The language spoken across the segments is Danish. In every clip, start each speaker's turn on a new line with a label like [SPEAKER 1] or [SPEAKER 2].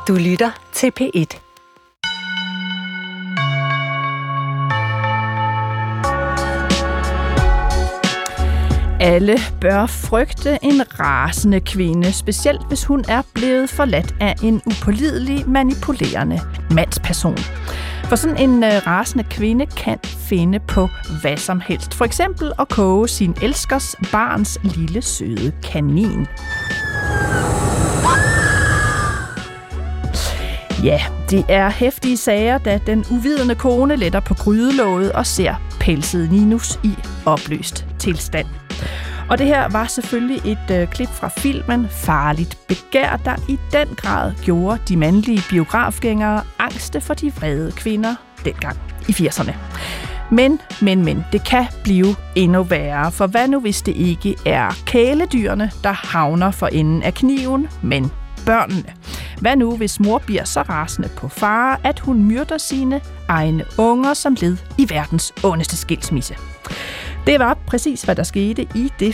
[SPEAKER 1] Du lytter til P1.
[SPEAKER 2] Alle bør frygte en rasende kvinde, specielt hvis hun er blevet forladt af en upålidelig, manipulerende mandsperson. For sådan en rasende kvinde kan finde på hvad som helst. For eksempel at koge sin elskers barns lille søde kanin. Ja, det er heftige sager, da den uvidende kone letter på grydelåget og ser pelset Ninus i opløst tilstand. Og det her var selvfølgelig et klip fra filmen Farligt begær, der i den grad gjorde de mandlige biografgængere angste for de vrede kvinder dengang i 80'erne. Men, det kan blive endnu værre, for hvad nu hvis det ikke er kæledyrene, der havner for enden af kniven, men børnene? Hvad nu hvis mor bliver så rasende på far, at hun myrder sine egne unger som led i verdens ondeste skilsmisse? Det var præcis, hvad der skete i det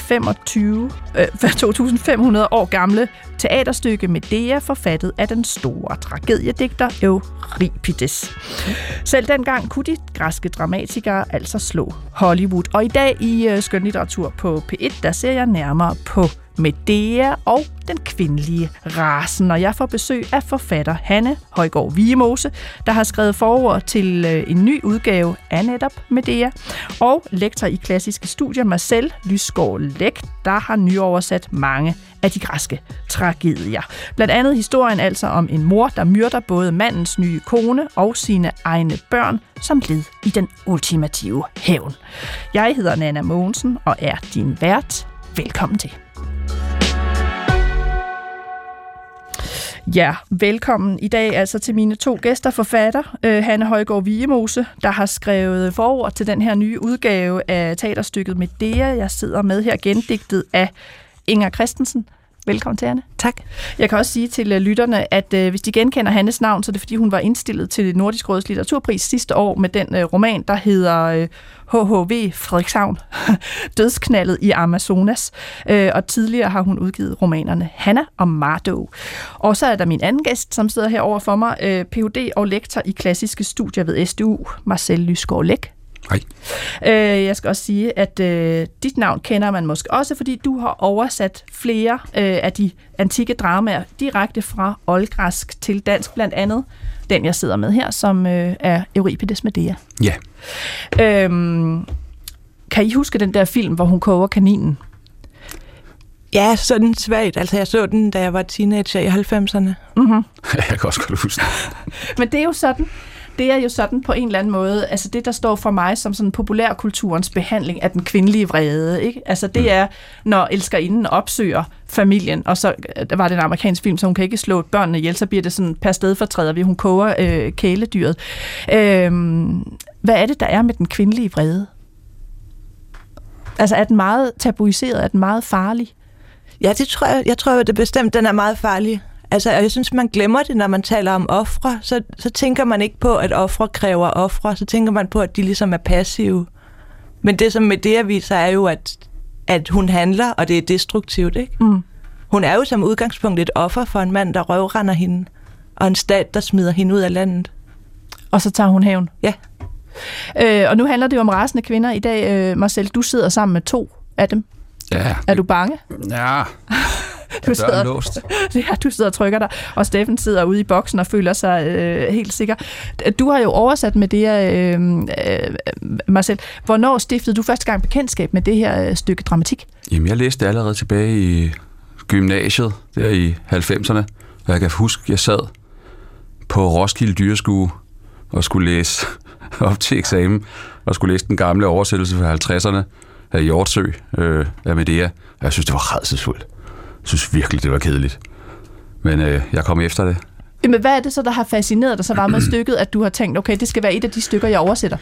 [SPEAKER 2] 2500 år gamle teaterstykke Medea, forfattet af den store tragediedigter Euripides. Selv dengang kunne de græske dramatikere altså slå Hollywood. Og i dag i skønlitteratur på P1, der ser jeg nærmere på Medea og den kvindelige rasen. Og jeg får besøg af forfatter Hanne Højgaard Vigemose, der har skrevet forord til en ny udgave af netop Medea, og lektor i klassiske studier Marcel Lysgaard Læk, der har nyoversat mange af de græske tragedier. Blandt andet historien altså om en mor, der myrder både mandens nye kone og sine egne børn som led i den ultimative hævn. Jeg hedder Nana Mogensen og er din vært. Velkommen til. Ja, velkommen i dag altså til mine to gæster, forfatter Hanne Højgaard Vigemose, der har skrevet forord til den her nye udgave af teaterstykket Medea. Jeg sidder med her gendigtet af Inger Christensen. Velkommen til, Hanne.
[SPEAKER 3] Tak.
[SPEAKER 2] Jeg kan også sige til lytterne, at hvis de genkender Hannes navn, så er det fordi, hun var indstillet til Nordisk Råds litteraturpris sidste år med den roman, der hedder HHV Frederikshavn, Dødsknaldet i Amazonas. Og tidligere har hun udgivet romanerne Hanna og Mardo. Og så er der min anden gæst, som sidder herovre for mig, Ph.D. og lektor i klassiske studier ved SDU, Marcel Lysgaard Læk.
[SPEAKER 4] Hej.
[SPEAKER 2] Jeg skal også sige, at dit navn kender man måske også, fordi du har oversat flere af de antikke dramaer direkte fra oldgræsk til dansk, blandt andet den, jeg sidder med her, som er Euripides Medea.
[SPEAKER 4] Ja.
[SPEAKER 2] Kan I huske den der film, hvor hun koger kaninen?
[SPEAKER 3] Ja, sådan svagt. Altså, jeg så den, da jeg var teenager i 90'erne.
[SPEAKER 2] Mm-hmm.
[SPEAKER 4] Jeg kan også godt huske det.
[SPEAKER 2] Men det er jo sådan... Det er jo sådan på en eller anden måde, altså det, der står for mig som sådan populærkulturens behandling af den kvindelige vrede, ikke? Altså det er, når elskerinden opsøger familien, og så der var det en amerikansk film, så hun kan ikke slå børnene ihjel, så bliver det sådan per stedfortræder, ved hun koger kæledyret. Hvad er det, der er med den kvindelige vrede? Altså er den meget tabuiseret, er den meget farlig?
[SPEAKER 3] Ja, det tror jeg. Jeg tror, at det bestemt, den er meget farlig. Altså, jeg synes, man glemmer det, når man taler om ofre. Så tænker man ikke på, at ofre kræver ofre. Så tænker man på, at de ligesom er passive. Men det, som Medea viser, er jo, at hun handler, og det er destruktivt, ikke? Mm. Hun er jo som udgangspunkt et offer for en mand, der røvrender hende, og en stat, der smider hende ud af landet.
[SPEAKER 2] Og så tager hun hævn?
[SPEAKER 3] Ja.
[SPEAKER 2] Og nu handler det jo om rasende kvinder i dag. Marcel, du sidder sammen med 2 af dem.
[SPEAKER 4] Ja.
[SPEAKER 2] Er du bange?
[SPEAKER 4] Ja.
[SPEAKER 2] Du sidder og trykker dig, og Steffen sidder ude i boksen og føler sig helt sikker. Du har jo oversat med det her, Marcel. Hvornår stiftede du første gang bekendtskab med det her stykke dramatik?
[SPEAKER 4] Jamen, jeg læste det allerede tilbage i gymnasiet, der i 90'erne. Og jeg kan huske, jeg sad på Roskilde Dyreskue og skulle læse op til eksamen, og skulle læse den gamle oversættelse fra 50'erne af Hjortsø af Medea. Og jeg synes, det var rædselsfuldt. Jeg synes virkelig, det var kedeligt. Men jeg kom efter det.
[SPEAKER 2] Men hvad er det så, der har fascineret dig så meget med stykket, at du har tænkt, okay, det skal være et af de stykker, jeg oversætter?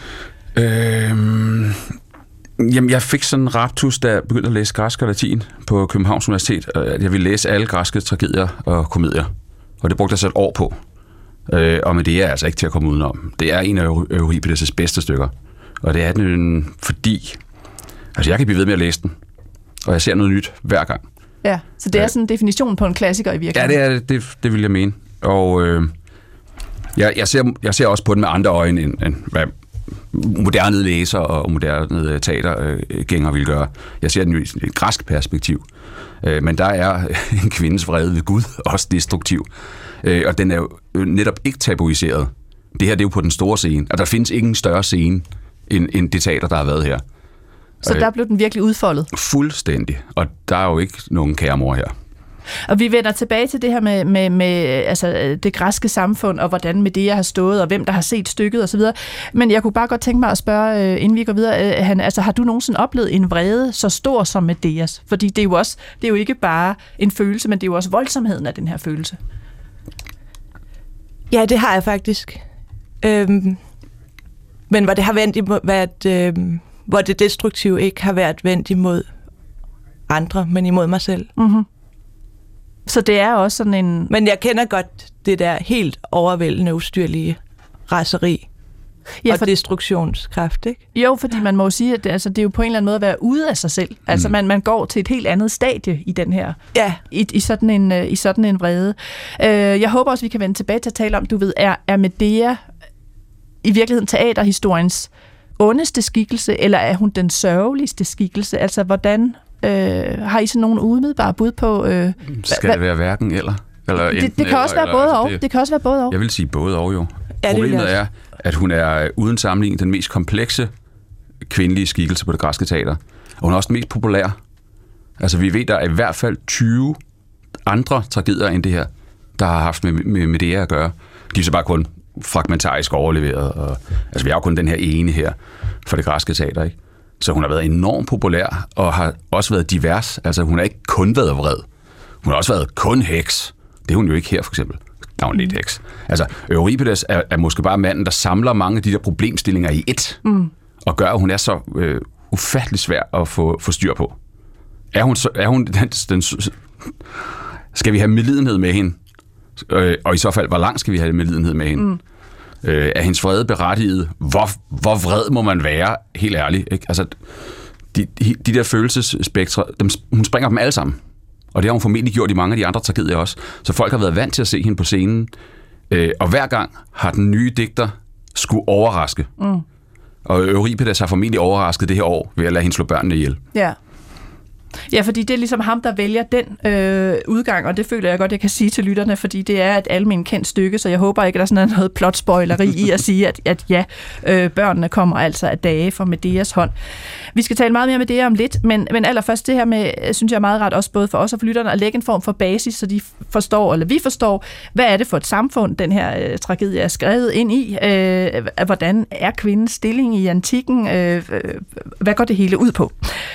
[SPEAKER 4] Jamen, jeg fik sådan en raptus, da jeg begyndte at læse græsk og latin på Københavns Universitet. Jeg ville læse alle græske tragedier og komedier. Og det brugte jeg så et år på. Og med det er altså ikke til at komme udenom. Det er en af Euripides' bedste stykker. Og det er den, fordi... Altså, jeg kan blive ved med at læse den. Og jeg ser noget nyt hver gang.
[SPEAKER 2] Ja, så det er sådan en definition på en klassiker i virkeligheden.
[SPEAKER 4] Ja, det vil jeg mene. Og jeg ser også på den med andre øjne, end hvad moderne læser og moderne teatergængere vil gøre. Jeg ser den i et græsk perspektiv. Men der er en kvindes vrede ved Gud også destruktiv. Og den er jo netop ikke tabuiseret. Det her det er jo på den store scene. Og der findes ikke en større scene end det teater, der har været her.
[SPEAKER 2] Så der blev den virkelig udfoldet?
[SPEAKER 4] Fuldstændig. Og der er jo ikke nogen kæremor her.
[SPEAKER 2] Og vi vender tilbage til det her med altså det græske samfund, og hvordan Medea har stået, og hvem der har set stykket osv. Men jeg kunne bare godt tænke mig at spørge, inden vi går videre, altså har du nogensinde oplevet en vrede så stor som Medeas? Fordi det er jo ikke bare en følelse, men det er jo også voldsomheden af den her følelse.
[SPEAKER 3] Ja, det har jeg faktisk. Men hvor det har været, hvor det destruktive ikke har været vendt imod andre, men imod mig selv.
[SPEAKER 2] Mm-hmm. Så det er også sådan en...
[SPEAKER 3] Men jeg kender godt det der helt overvældende, ustyrlige raseri og destruktionskraft, ikke?
[SPEAKER 2] Jo, fordi man må jo sige, at det er jo på en eller anden måde at være ude af sig selv. Altså man går til et helt andet stadie i den her...
[SPEAKER 3] Ja.
[SPEAKER 2] I sådan en vrede. Jeg håber også, vi kan vende tilbage til at tale om, du ved, er Medea i virkeligheden teaterhistoriens ondeste skikkelse, eller er hun den sørgeligste skikkelse? Altså, hvordan... har I sådan nogle umiddelbare bud på...
[SPEAKER 4] Skal det være hverken eller?
[SPEAKER 2] Det kan også være både og. Det kan også være både og.
[SPEAKER 4] Jeg vil sige både og, jo.
[SPEAKER 3] Ja,
[SPEAKER 4] Problemet er, at hun er uden sammenligning den mest komplekse kvindelige skikkelse på det græske teater. Og hun er også den mest populære. Altså, vi ved, der er i hvert fald 20 andre tragedier end det her, der har haft med det at gøre. De er så bare kun fragmentarisk overleveret. Og, altså, vi har jo kun den her ene her for det græske teater, ikke? Så hun har været enormt populær, og har også været divers. Altså, hun har ikke kun været vred. Hun har også været kun heks. Det er hun jo ikke her, for eksempel. Der er hun lidt heks. Altså, Euripides er måske bare manden, der samler mange af de der problemstillinger i ét, og gør, at hun er så ufattelig svær at få styr på. Er hun den skal vi have medlidenhed med hende? Og i så fald, hvor langt skal vi have medlidenhed med hende? Er hendes vrede berettiget? Hvor vred må man være? Helt ærligt. Ikke? Altså, de der følelsesspektre, hun springer dem alle sammen. Og det har hun formentlig gjort i mange af de andre tragedier også. Så folk har været vant til at se hende på scenen. Og hver gang har den nye digter skulle overraske. Og Euripides har formentlig overrasket det her år ved at lade hende slå børnene ihjel.
[SPEAKER 2] Ja. Ja, fordi det er ligesom ham, der vælger den udgang, og det føler jeg godt, jeg kan sige til lytterne, fordi det er et almen kendt stykke, så jeg håber ikke, at der sådan er noget plotspoileri i at sige, at ja, børnene kommer altså af dage fra Medeas hånd. Vi skal tale meget mere med det om lidt, men allerførst det her med, synes jeg er meget ret også både for os og for lytterne, at lægge en form for basis, så de forstår, eller vi forstår, hvad er det for et samfund, den her tragedie er skrevet ind i, hvordan er kvindens stilling i antikken, hvad går det hele ud på?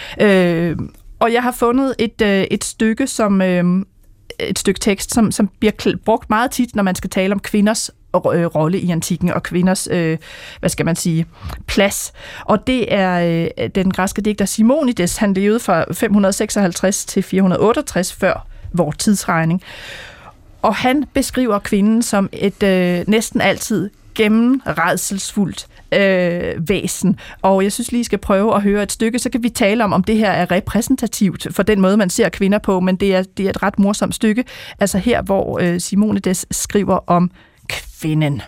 [SPEAKER 2] Og jeg har fundet et stykke som et stykke tekst, som bliver brugt meget tit, når man skal tale om kvinders rolle i antikken og kvinders, hvad skal man sige, plads. Og det er den græske digter Simonides. Han levede fra 556 til 468 før vores tidsregning. Og han beskriver kvinden som et næsten altid gennemrædselsfuldt væsen. Og jeg synes lige, skal prøve at høre et stykke, så kan vi tale om det her er repræsentativt for den måde, man ser kvinder på, men det er et ret morsomt stykke. Altså her, hvor Simonides skriver om kvinden.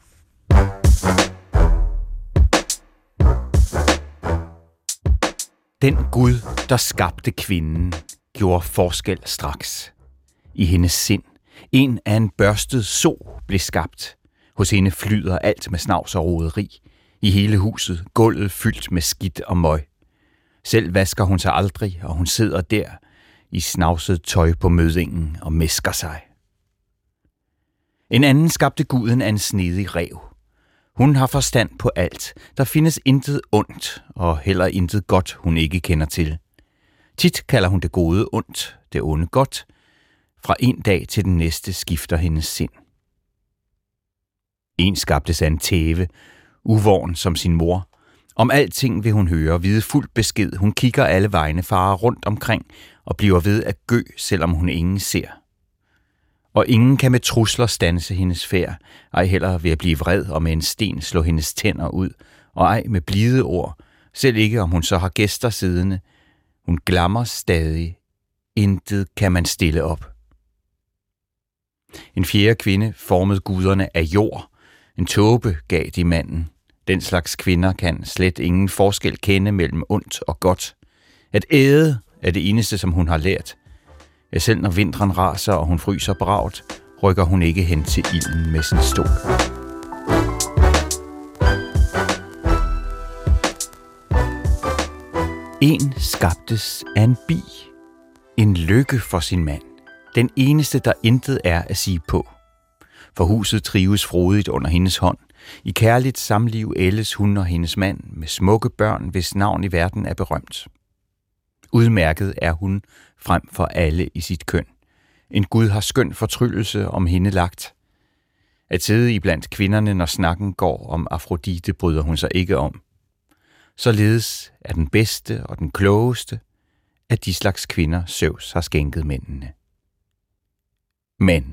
[SPEAKER 1] Den Gud, der skabte kvinden, gjorde forskel straks. I hendes sind, en af en børstet so blev skabt. Hos hende flyder alt med snavs og roderi. I hele huset, gulvet fyldt med skidt og møg. Selv vasker hun sig aldrig, og hun sidder der i snavset tøj på møddingen og mæsker sig. En anden skabte guden af en snedig ræv. Hun har forstand på alt. Der findes intet ondt, og heller intet godt, hun ikke kender til. Tit kalder hun det gode ondt, det onde godt. Fra en dag til den næste skifter hendes sind. En skabtes af en tæve, uvorn som sin mor. Om alting vil hun høre, vide fuldt besked. Hun kigger alle vegne, farer rundt omkring og bliver ved at gø, selvom hun ingen ser. Og ingen kan med trusler standse hendes færd, ej heller ved at blive vred og med en sten slå hendes tænder ud, og ej med blide ord, selv ikke om hun så har gæster siddende. Hun glammer stadig. Intet kan man stille op. En fjerde kvinde formede guderne af jord. En tåbe gav de manden. Den slags kvinder kan slet ingen forskel kende mellem ondt og godt. At æde er det eneste, som hun har lært. Ja, selv når vinteren raser, og hun fryser bragt, rykker hun ikke hen til ilden med sin stol. En skabtes af en bi. En lykke for sin mand. Den eneste, der intet er at sige på. For huset trives frodigt under hendes hånd. I kærligt samliv ældes hun og hendes mand med smukke børn, hvis navn i verden er berømt. Udmærket er hun frem for alle i sit køn. En Gud har skøn fortryllelse om hende lagt. At sidde iblandt kvinderne, når snakken går om Afrodite, bryder hun sig ikke om. Således er den bedste og den klogeste af de slags kvinder, Zeus har skænket mændene. Men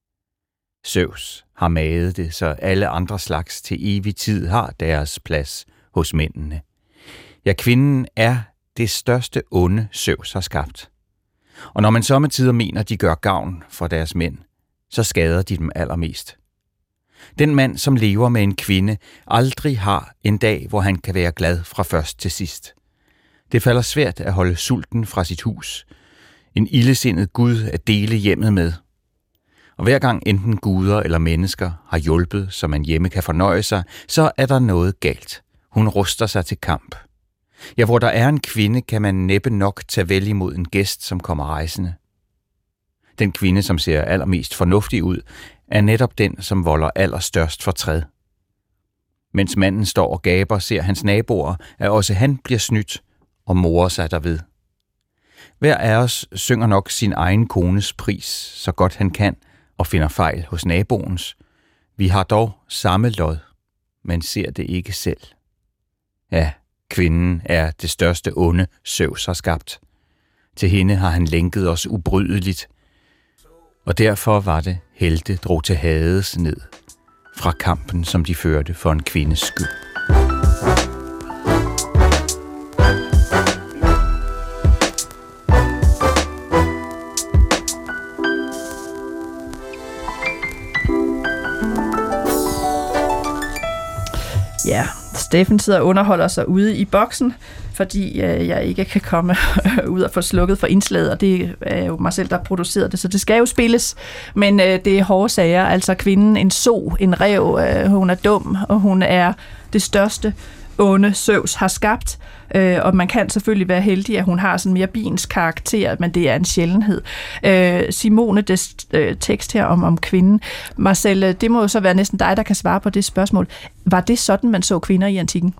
[SPEAKER 1] Zeus har maget det, så alle andre slags til evig tid har deres plads hos mændene. Ja, kvinden er det største onde, Zeus har skabt. Og når man sommetider mener, de gør gavn for deres mænd, så skader de dem allermest. Den mand, som lever med en kvinde, aldrig har en dag, hvor han kan være glad fra først til sidst. Det falder svært at holde sulten fra sit hus. En ildesindet Gud at dele hjemmet med. Og hver gang enten guder eller mennesker har hjulpet, så man hjemme kan fornøje sig, så er der noget galt. Hun ruster sig til kamp. Ja, hvor der er en kvinde, kan man næppe nok tage vel imod en gæst, som kommer rejsende. Den kvinde, som ser allermest fornuftig ud, er netop den, som volder allerstørst fortræd. Mens manden står og gaber, ser hans naboer, at også han bliver snydt og morer sig derved. Hver af os synger nok sin egen kones pris, så godt han kan, og finder fejl hos naboens. Vi har dog samme lod, men ser det ikke selv. Ja, kvinden er det største onde, Zeus har skabt. Til hende har han lænket os ubrydeligt, og derfor var det, helte drog til Hades ned fra kampen, som de førte for en kvindes skyld.
[SPEAKER 2] Ja, Steffen sidder og underholder sig ude i boksen, fordi jeg ikke kan komme ud og få slukket for indslaget, og det er jo mig selv, der producerer det, så det skal jo spilles. Men det er hårde sager, altså kvinden, en so, en ræv, hun er dum, og hun er det største onde, Zeus har skabt. Og man kan selvfølgelig være heldig, at hun har sådan mere biens karakter, men det er en sjældenhed. Simone, des tekst her om kvinden. Marcel, det må jo så være næsten dig, der kan svare på det spørgsmål. Var det sådan, man så kvinder i antikken?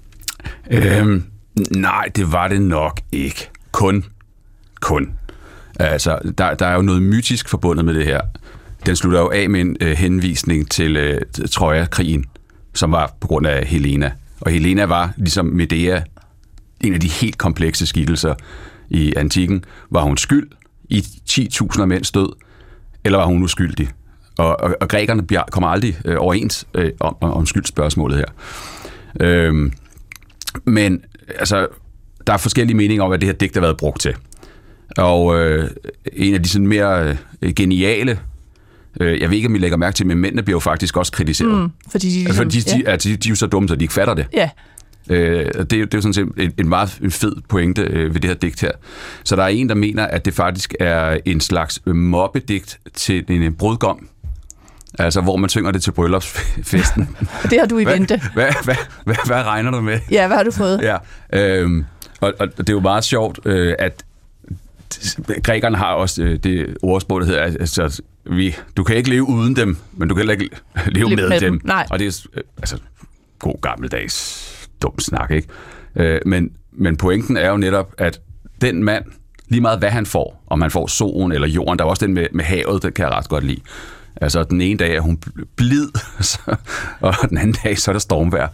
[SPEAKER 4] Nej, det var det nok ikke. Kun. Altså, der er jo noget mytisk forbundet med det her. Den slutter jo af med en henvisning til Troja-krigen, som var på grund af Helena. Og Helena var, ligesom Medea, en af de helt komplekse skikkelser i antikken. Var hun skyld i 10.000 mænds død, eller var hun uskyldig? Og grækerne kommer aldrig overens om skyldspørgsmålet her. Men altså, der er forskellige meninger om, hvad det her digt har været brugt til. Og en af de sådan mere geniale, jeg ved ikke, om I lægger mærke til, men mændene bliver jo faktisk også kritiseret.
[SPEAKER 2] Fordi de
[SPEAKER 4] er jo så dumme, så de ikke fatter det.
[SPEAKER 2] Ja.
[SPEAKER 4] Det er jo sådan set en meget fed pointe ved det her digt her. Så der er en, der mener, at det faktisk er en slags mobbedigt til en brudgom. Altså, hvor man synger det til bryllupsfesten.
[SPEAKER 2] Det har du i vente.
[SPEAKER 4] Hvad regner du med?
[SPEAKER 2] Ja, hvad har du fået?
[SPEAKER 4] Ja, og det er jo meget sjovt, at grækerne har også det ordsprog, der hedder, altså, du kan ikke leve uden dem, men du kan heller ikke leve med dem.
[SPEAKER 2] Nej.
[SPEAKER 4] Og det er altså god gammeldags dum snak, ikke? Men pointen er jo netop, at den mand, lige meget hvad han får, om han får solen eller jorden, der er også den med havet, det kan jeg ret godt lide. Altså, den ene dag er hun blid, og den anden dag, så er der stormvejr.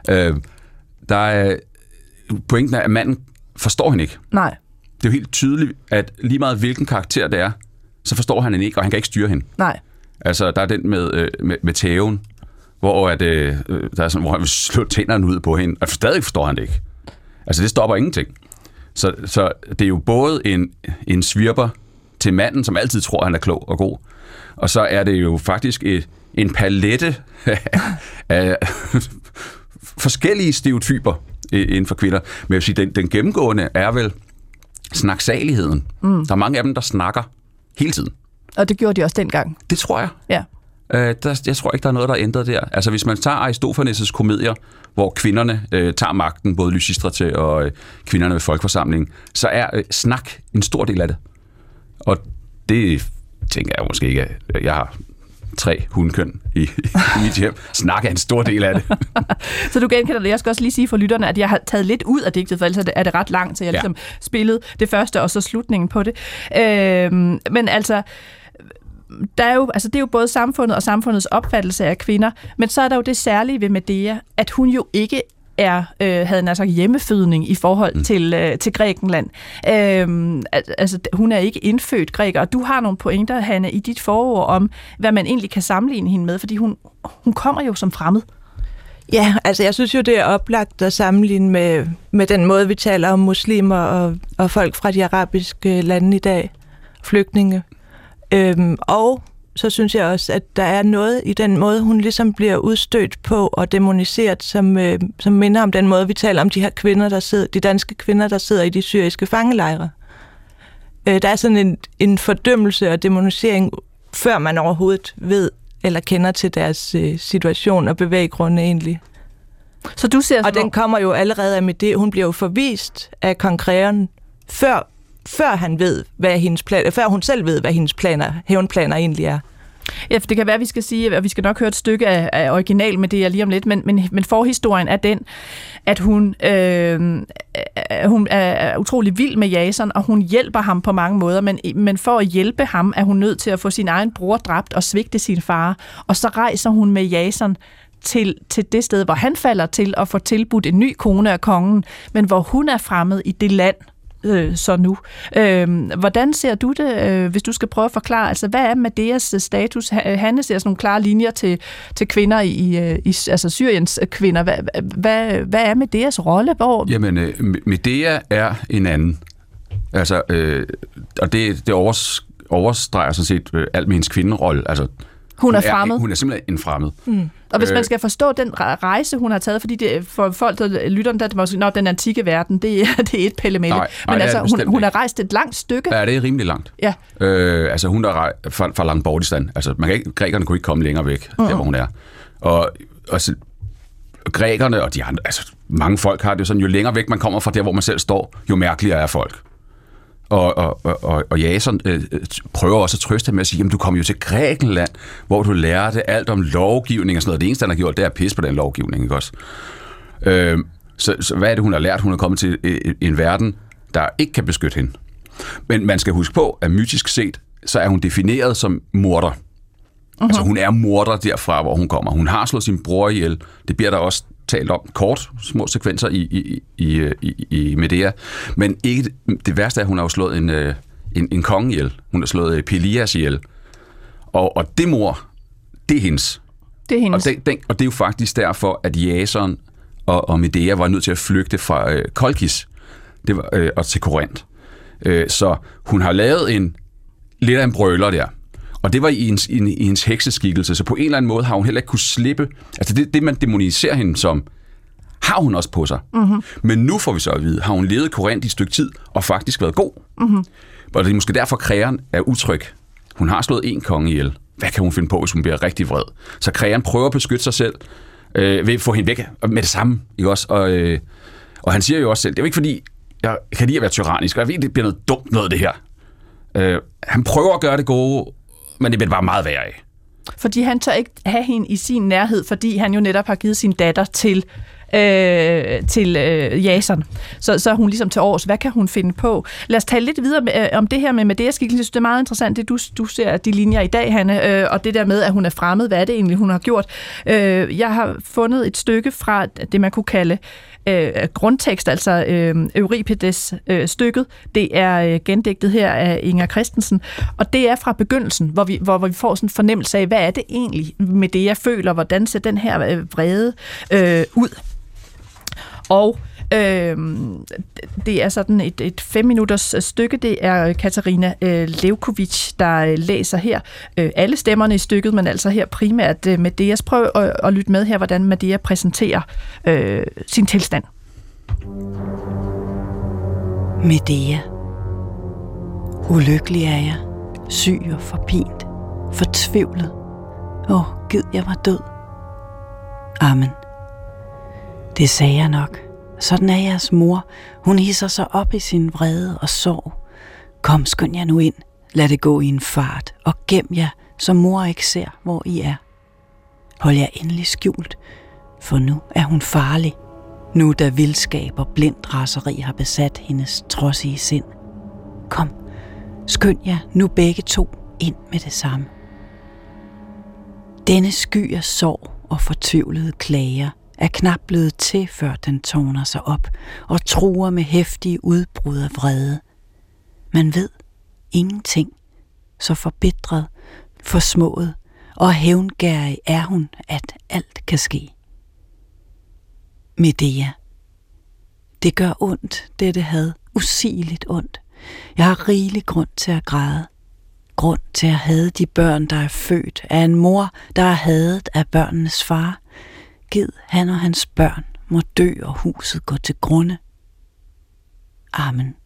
[SPEAKER 4] Pointen er, at manden forstår hende ikke.
[SPEAKER 2] Nej.
[SPEAKER 4] Det er jo helt tydeligt, at lige meget hvilken karakter det er, så forstår han hende ikke, og han kan ikke styre hende.
[SPEAKER 2] Nej.
[SPEAKER 4] Altså, der er den med tæven, hvor han vil slå tænderne ud på hende, og stadig forstår han det ikke. Altså, det stopper ingenting. Så det er jo både en svirper til manden, som altid tror, han er klog og god, Og så er det jo faktisk en palette af forskellige stereotyper inden for kvinder. Men jeg vil sige, den gennemgående er vel snaksaligheden. Der er mange af dem, der snakker hele tiden.
[SPEAKER 2] Og det gjorde de også dengang.
[SPEAKER 4] Det tror jeg.
[SPEAKER 2] Ja.
[SPEAKER 4] Jeg tror ikke, der er noget, der er ændret der. Altså, hvis man tager Aristofanes' komedier, hvor kvinderne tager magten, både Lysistrate og kvinderne ved folkeforsamlingen, så er snak en stor del af det. Og det tænker jeg måske ikke. Jeg har 3 hundkøn i mit hjem. Snak er en stor del af det.
[SPEAKER 2] Så du genkender det. Jeg skal også lige sige for lytterne, at jeg har taget lidt ud af digtet, for ellers er det ret langt, så jeg ligesom spillede det første og så slutningen på det. Men altså, der er jo, altså det er jo både samfundet og samfundets opfattelse af kvinder, men så er der jo det særlige ved Medea, at hun jo ikke havde en altså hjemmefødning i forhold til Grækenland. Altså, hun er ikke indfødt græker, og du har nogle pointer, Hanne, i dit forord om, hvad man egentlig kan sammenligne hende med, fordi hun kommer jo som fremmed.
[SPEAKER 3] Ja, altså jeg synes jo, det er oplagt at sammenligne med den måde, vi taler om muslimer og folk fra de arabiske lande i dag, flygtninge. Og så synes jeg også, at der er noget i den måde, hun ligesom bliver udstødt på og demoniseret, som minder om den måde, vi taler om de her kvinder, de danske kvinder, der sidder i de syriske fangelejre. Der er sådan en fordømmelse og demonisering, før man overhovedet ved eller kender til deres situation og bevæggrunde egentlig.
[SPEAKER 2] Så du ser,
[SPEAKER 3] og den kommer jo allerede af med det. Hun bliver jo forvist af kong Kreon, før han ved, før hun selv ved, hvad hendes hævnplaner egentlig er.
[SPEAKER 2] Ja, for det kan være, at vi skal sige, og vi skal nok høre et stykke af original med det, jeg lige om lidt, men forhistorien er den, at hun er utrolig vild med Jason, og hun hjælper ham på mange måder, men for at hjælpe ham, er hun nødt til at få sin egen bror dræbt og svigte sin far, og så rejser hun med Jason til det sted, hvor han falder til at få tilbudt en ny kone af kongen, men hvor hun er fremmed i det land, så nu. Hvordan ser du det, hvis du skal prøve at forklare, altså hvad er Medeas status? Hanne ser sådan nogle klare linjer til kvinder i altså Syriens kvinder. Hvad er Medeas rolle?
[SPEAKER 4] Jamen, Medea er en anden. Altså, og det overstreger sådan set alt med hendes kvinderolle. Altså,
[SPEAKER 2] hun er fremmed.
[SPEAKER 4] Hun er simpelthen en fremmed.
[SPEAKER 2] Og hvis man skal forstå den rejse, hun har taget, fordi det, for folk, der lytter, der det måske den antikke verden, det er et pellemælle. Men altså, hun har rejst et langt stykke.
[SPEAKER 4] Ja, det er rimelig langt.
[SPEAKER 2] Ja.
[SPEAKER 4] Altså, hun er fra Langbordistan. Altså, grækerne kunne ikke komme længere væk, der hvor hun er. Og så, grækerne og de andre, altså, mange folk har det jo sådan, jo længere væk man kommer fra der, hvor man selv står, jo mærkeligere er folk. Og Jason prøver også at trøste med at sige, jamen du kommer jo til Grækenland, hvor du lærte alt om lovgivning og sådan noget. Det eneste, han har gjort, det er at pisse på den lovgivning, ikke også? Så hvad er det, hun har lært? Hun er kommet til en verden, der ikke kan beskytte hende. Men man skal huske på, at mytisk set, så er hun defineret som morder. Altså hun er morder derfra, hvor hun kommer. Hun har slået sin bror ihjel. Det bliver der også talt om kort, små sekvenser i Medea. Men ikke det værste er, at hun har jo slået en konge ihjel. Hun har slået Pelias ihjel. Og det mor, det er hendes.
[SPEAKER 2] Det er hendes.
[SPEAKER 4] Og det er jo faktisk derfor, at Jason og Medea var nødt til at flygte fra Kolkis og til Korinth. Så hun har lavet lidt af en brøler der. Og det var i hendes hekseskikkelse, så på en eller anden måde har hun heller ikke kunne slippe. Altså det man demoniserer hende som, har hun også på sig. Mm-hmm. Men nu får vi så at vide, har hun levet i Korinth i et stykke tid, og faktisk været god. Mm-hmm. Og det er måske derfor, Kreon er utryg. Hun har slået en konge ihjel. Hvad kan hun finde på, hvis hun bliver rigtig vred? Så Kreon prøver at beskytte sig selv, ved at få hende væk med det samme. Ikke også? Og han siger jo også selv, det er jo ikke fordi, jeg kan lide at være tyrannisk, og jeg ved, det bliver noget dumt noget det her. Han prøver at gøre det gode, men det bliver bare meget værre af.
[SPEAKER 2] Fordi han tør ikke have hende i sin nærhed, fordi han jo netop har givet sin datter til Jason. Så er hun ligesom til års. Hvad kan hun finde på? Lad os tale lidt videre om det her med Medea-skikkelsen. Jeg synes, det er meget interessant, det du ser de linjer i dag, Hanne, og det der med, at hun er fremmed. Hvad er det egentlig, hun har gjort? Jeg har fundet et stykke fra det, man kunne kalde grundtekst, altså Euripides stykket. Det er gendigtet her af Inger Christensen, og det er fra begyndelsen, hvor vi får sådan en fornemmelse af, hvad er det egentlig med det, jeg føler, hvordan ser den her vrede ud. Og Det er sådan et 5-minutters stykke. Det er Katarina Lewkovitch, der læser her alle stemmerne i stykket, men altså her primært Medeas. Prøv at lytte med her, hvordan Medea præsenterer sin tilstand.
[SPEAKER 5] Medea. Ulykkelig er jeg, syg og forpint, fortvivlet. Gid jeg var død. Amen. Det sagde jeg nok. Sådan er jeres mor. Hun hisser sig op i sin vrede og sorg. Kom, skynd jer nu ind. Lad det gå i en fart, og gem jer, så mor ikke ser, hvor I er. Hold jer endelig skjult, for nu er hun farlig. Nu da vildskab og blindt raseri har besat hendes trodsige sind. Kom, skynd jer nu begge to ind med det samme. Denne sky af sorg og fortvivlede klager er knap blevet til, før den tårner sig op og truer med heftige udbrud af vrede. Man ved ingenting, så forbitret, forsmået og hævngærig er hun, at alt kan ske. Medea. Det gør ondt, dette had, usigeligt ondt. Jeg har rigelig grund til at græde. Grund til at hade de børn, der er født af en mor, der er hadet af børnenes far. Gid han og hans børn må dø og huset gå til grunde. Amen.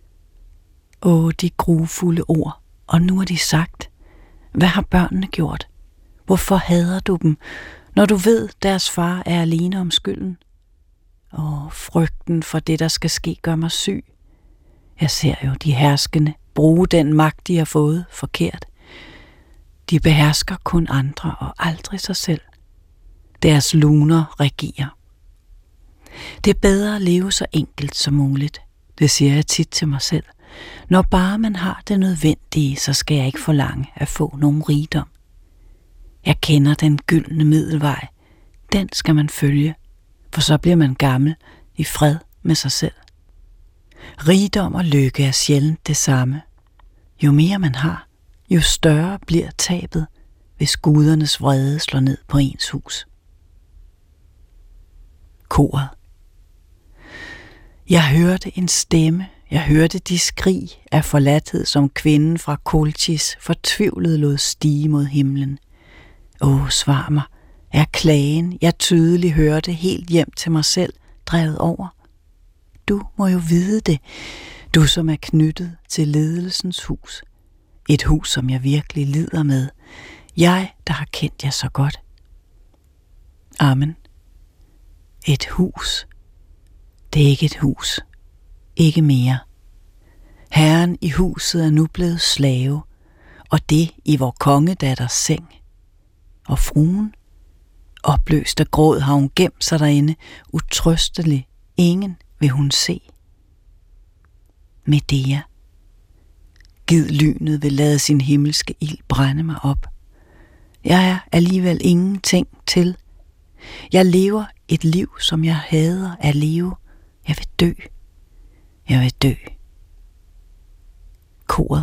[SPEAKER 5] De grufulde ord, og nu er de sagt. Hvad har børnene gjort? Hvorfor hader du dem, når du ved, deres far er alene om skylden? Frygten for det, der skal ske, gør mig syg. Jeg ser jo de herskende bruge den magt, de har fået, forkert. De behersker kun andre og aldrig sig selv. Deres luner regerer. Det er bedre at leve så enkelt som muligt. Det siger jeg tit til mig selv. Når bare man har det nødvendige, så skal jeg ikke forlange at få nogen rigdom. Jeg kender den gyldne middelvej. Den skal man følge, for så bliver man gammel i fred med sig selv. Rigdom og lykke er sjældent det samme. Jo mere man har, jo større bliver tabet, hvis gudernes vrede slår ned på ens hus. Koret. Jeg hørte en stemme. Jeg hørte de skrig af forladthed, som kvinden fra Kolchis fortvivlet lod stige mod himlen. Svar mig, er klagen, jeg tydeligt hørte helt hjem til mig selv, drevet over? Du må jo vide det, du som er knyttet til ledelsens hus. Et hus, som jeg virkelig lider med. Jeg, der har kendt jer så godt. Amen. Et hus. Det er ikke et hus. Ikke mere. Herren i huset er nu blevet slave, og det i vor kongedatters seng. Og fruen, opløst af gråd, har hun gemt sig derinde, utrøstelig. Ingen vil hun se. Medea. Gid lynet vil lade sin himmelske ild brænde mig op. Jeg er alligevel ingenting til. Jeg lever et liv, som jeg hader at leve. Jeg vil dø. Jeg vil dø. Koret.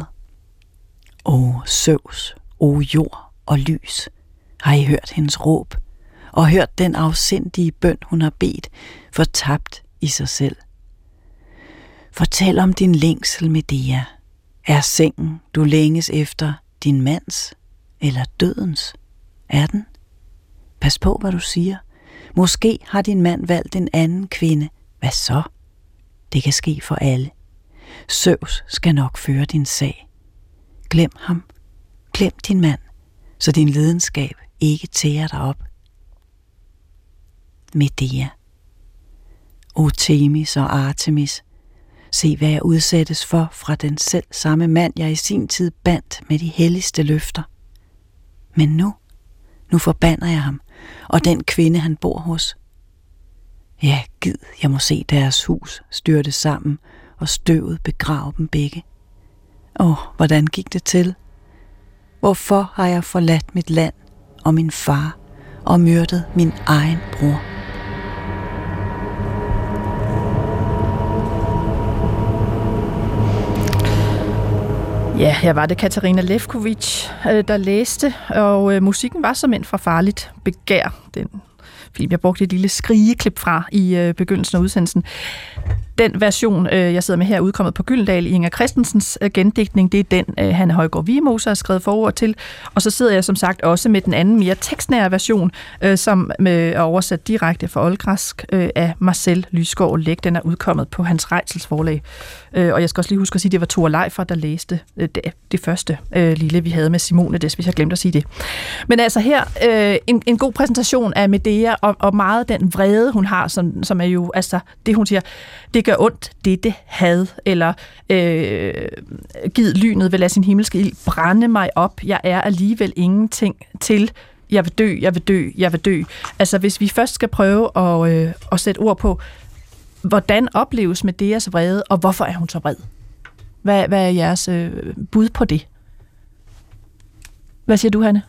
[SPEAKER 5] Zeus, jord og lys. Har I hørt hendes råb? Og hørt den afsindige bøn, hun har bedt, fortabt i sig selv? Fortæl om din længsel, Medea. Er sengen, du længes efter, din mands eller dødens? Er den? Pas på, hvad du siger. Måske har din mand valgt en anden kvinde. Hvad så? Det kan ske for alle. Zeus skal nok føre din sag. Glem ham. Glem din mand, så din lidenskab ikke tærer dig op. Medea. Themis og Artemis, se hvad jeg udsættes for fra den selv samme mand, jeg i sin tid bandt med de helligste løfter. Men nu forbander jeg ham, og den kvinde han bor hos. Ja, gid jeg må se deres hus styrte sammen, og støvet begrave dem begge. Hvordan gik det til? Hvorfor har jeg forladt mit land og min far og myrdet min egen bror?
[SPEAKER 2] Ja, her var det Katarina Lewkovitch, der læste, og musikken var såmænd fra Farligt Begær. Den film, jeg brugte et lille skrigeklip fra i begyndelsen af udsendelsen. Den version, jeg sidder med her, udkommet på Gyldendal i Inger Christensens gendigtning, det er den, Hanne Højgaard Wigmose har skrevet forord til. Og så sidder jeg som sagt også med den anden, mere tekstnære version, som er oversat direkte fra oldgræsk af Marcel Lysgaard Læk. Den er udkommet på Hans Reitzels forlag. Og jeg skal også lige huske at sige, at det var Thor Leifer, der læste det første lille, vi havde med Simonides, hvis jeg glemte at sige det. Men altså her, en god præsentation af Medea, og meget den vrede, hun har, som er jo, altså det hun siger, det gør ondt, det had, eller givet lynet vil lade sin himmelske ild brænde mig op, jeg er alligevel ingenting til, jeg vil dø, jeg vil dø, jeg vil dø. Altså hvis vi først skal prøve at sætte ord på, hvordan opleves Medeas vrede, og hvorfor er hun så vred? Hvad er jeres bud på det? Hvad siger du, Hanne?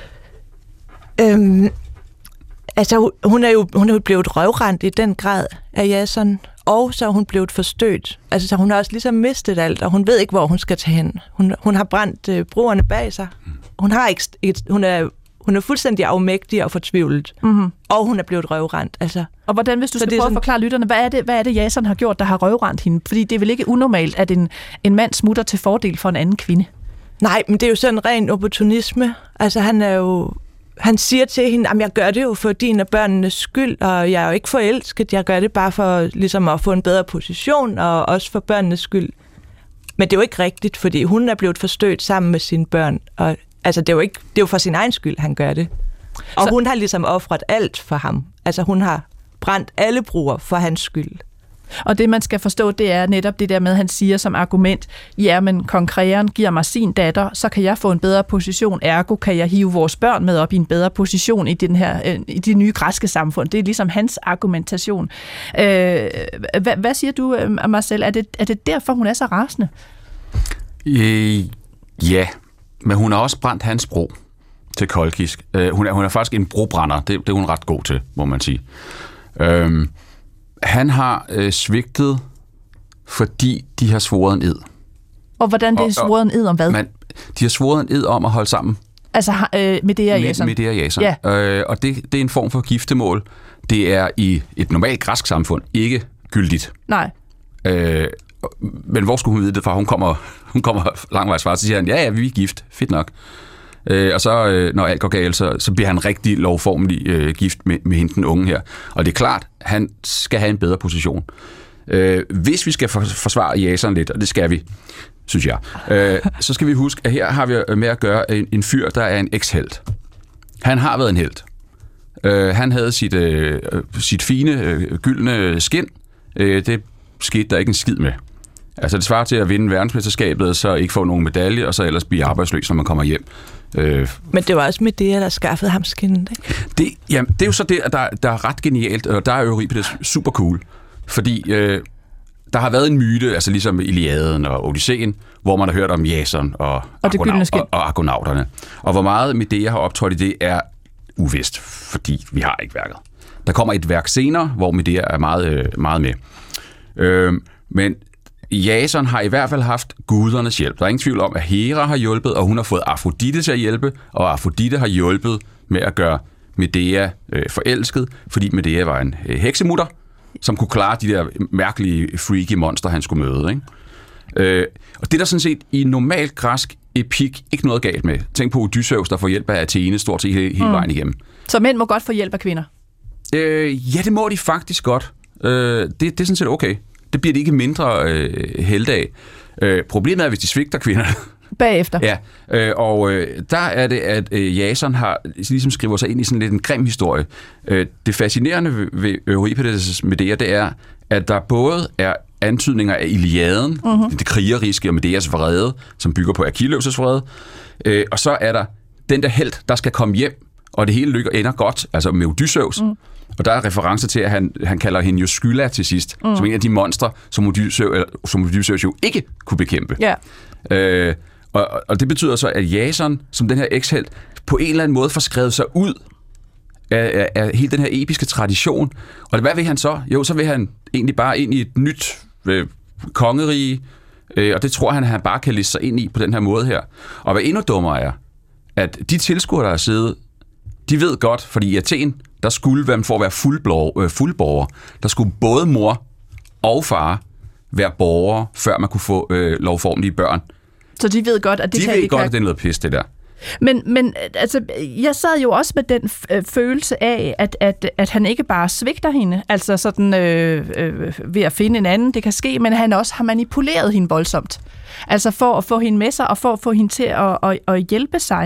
[SPEAKER 3] Altså, hun er jo blevet røvrendt i den grad af Jason, og så er hun blevet forstødt. Altså, så hun har også ligesom mistet alt, og hun ved ikke, hvor hun skal tage hen. Hun har brændt broerne bag sig. Hun er fuldstændig afmægtig og fortvivlet, og hun er blevet røvrendt. Altså, og
[SPEAKER 2] hvordan, hvis du skal prøve at forklare lytterne, hvad er det, Jason har gjort, der har røvrendt hende? Fordi det er vel ikke unormalt, at en mand smutter til fordel for en anden kvinde?
[SPEAKER 3] Nej, men det er jo sådan ren opportunisme. Altså, han siger til hende, at jeg gør det jo for din og børnenes skyld, og jeg er jo ikke forelsket, jeg gør det bare for ligesom at få en bedre position, og også for børnenes skyld. Men det er jo ikke rigtigt, fordi hun er blevet forstødt sammen med sine børn, og altså, det er jo for sin egen skyld, han gør det. Og hun har ligesom offret alt for ham. Altså, hun har brændt alle broer for hans skyld.
[SPEAKER 2] Og det, man skal forstå, det er netop det der med, at han siger som argument, ja, men kong Kreon giver mig sin datter, så kan jeg få en bedre position, ergo kan jeg hive vores børn med op i en bedre position i i det nye græske samfund. Det er ligesom hans argumentation. Hvad siger du, Marcel? Er det derfor, hun er så rasende?
[SPEAKER 4] Ja, men hun har også brændt hans bro til Kolkis. Hun er faktisk en brobrænder. Det er hun ret god til, må man sige. Han har svigtet, fordi de har svoret en ed.
[SPEAKER 2] Og hvordan det er svoret en ed om hvad?
[SPEAKER 4] De har svoret en ed om at holde sammen.
[SPEAKER 2] Altså Medea og Jason?
[SPEAKER 4] Medea og Jason. Ja. Og det er en form for giftemål. Det er i et normalt græsk samfund ikke gyldigt.
[SPEAKER 2] Nej.
[SPEAKER 4] Men hvor skulle hun vide det fra? Hun kommer langvejs fra, så siger han, ja, vi er gift. Fedt nok. Og så, når alt går galt, så bliver han rigtig lovformelig gift med hende, den unge her. Og det er klart, han skal have en bedre position. Hvis vi skal forsvare Jason lidt, og det skal vi, synes jeg, så skal vi huske, at her har vi med at gøre en fyr, der er en ekshelt. Han har været en helt. Han havde sit fine, gyldne skin. Det skete der ikke en skid med. Altså det svarer til at vinde verdensmesterskabet, så ikke få nogen medalje, og så ellers blive arbejdsløs, når man kommer hjem.
[SPEAKER 3] Men det var også med det, der skaffede ham skinnet, ikke?
[SPEAKER 4] Det er jo så det, der er ret genialt, og der er Euripides super cool. Fordi der har været en myte, altså ligesom Iliaden og Odysseen, hvor man har hørt om Jason og argonauterne. Og hvor meget Medea har optrådt i det, er uvist, fordi vi har ikke værket. Der kommer et værk senere, hvor Medea er meget, meget med. Men Jason har i hvert fald haft gudernes hjælp. Der er ingen tvivl om, at Hera har hjulpet, og hun har fået Afrodite til at hjælpe, og Afrodite har hjulpet med at gøre Medea forelsket, fordi Medea var en heksemutter, som kunne klare de der mærkelige, freaky monster, han skulle møde. Ikke? Og det er der sådan set i normalt græsk epik ikke noget galt med. Tænk på Odysseus, der får hjælp af Athene stort set hele vejen igennem.
[SPEAKER 2] Så mænd må godt få hjælp af kvinder?
[SPEAKER 4] Ja, det må de faktisk godt. Det er sådan set okay. Det bliver de ikke mindre helte af. Problemet er, hvis de svigter kvinder.
[SPEAKER 2] Bagefter.
[SPEAKER 4] Ja, der er det, at Jason har ligesom skriver sig ind i sådan lidt en grim historie. Det fascinerende ved Euripides' Medea, det er, at der både er antydninger af Iliaden, det krigeriske og Medeas vrede, som bygger på Achilleus' vrede, og så er der den der helt, der skal komme hjem, og det hele ender godt, altså med Odysseus. Og der er referencer til, at han kalder hende jo Skylla til sidst, som en af de monstre, som Odysseus jo ikke kunne bekæmpe.
[SPEAKER 2] Yeah.
[SPEAKER 4] Og det betyder så, at Jason, som den her ekshelt, på en eller anden måde får skrevet sig ud af hele den her episke tradition. Og hvad vil han så? Jo, så vil han egentlig bare ind i et nyt kongerige, og det tror han bare kan liste sig ind i på den her måde her. Og hvad endnu dummere er, at de tilskuere, der har siddet, de ved godt, fordi i Athen, der skulle, for at være fuldborger, der skulle både mor og far være borgere, før man kunne få lovformelige børn.
[SPEAKER 2] Så de ved godt, at det
[SPEAKER 4] at det er noget pis, det der.
[SPEAKER 2] Men altså, jeg sad jo også med den følelse af, at han ikke bare svigter hende, altså sådan ved at finde en anden, det kan ske, men han også har manipuleret hende voldsomt. Altså for at få hende med sig, og for at få hende til at hjælpe sig.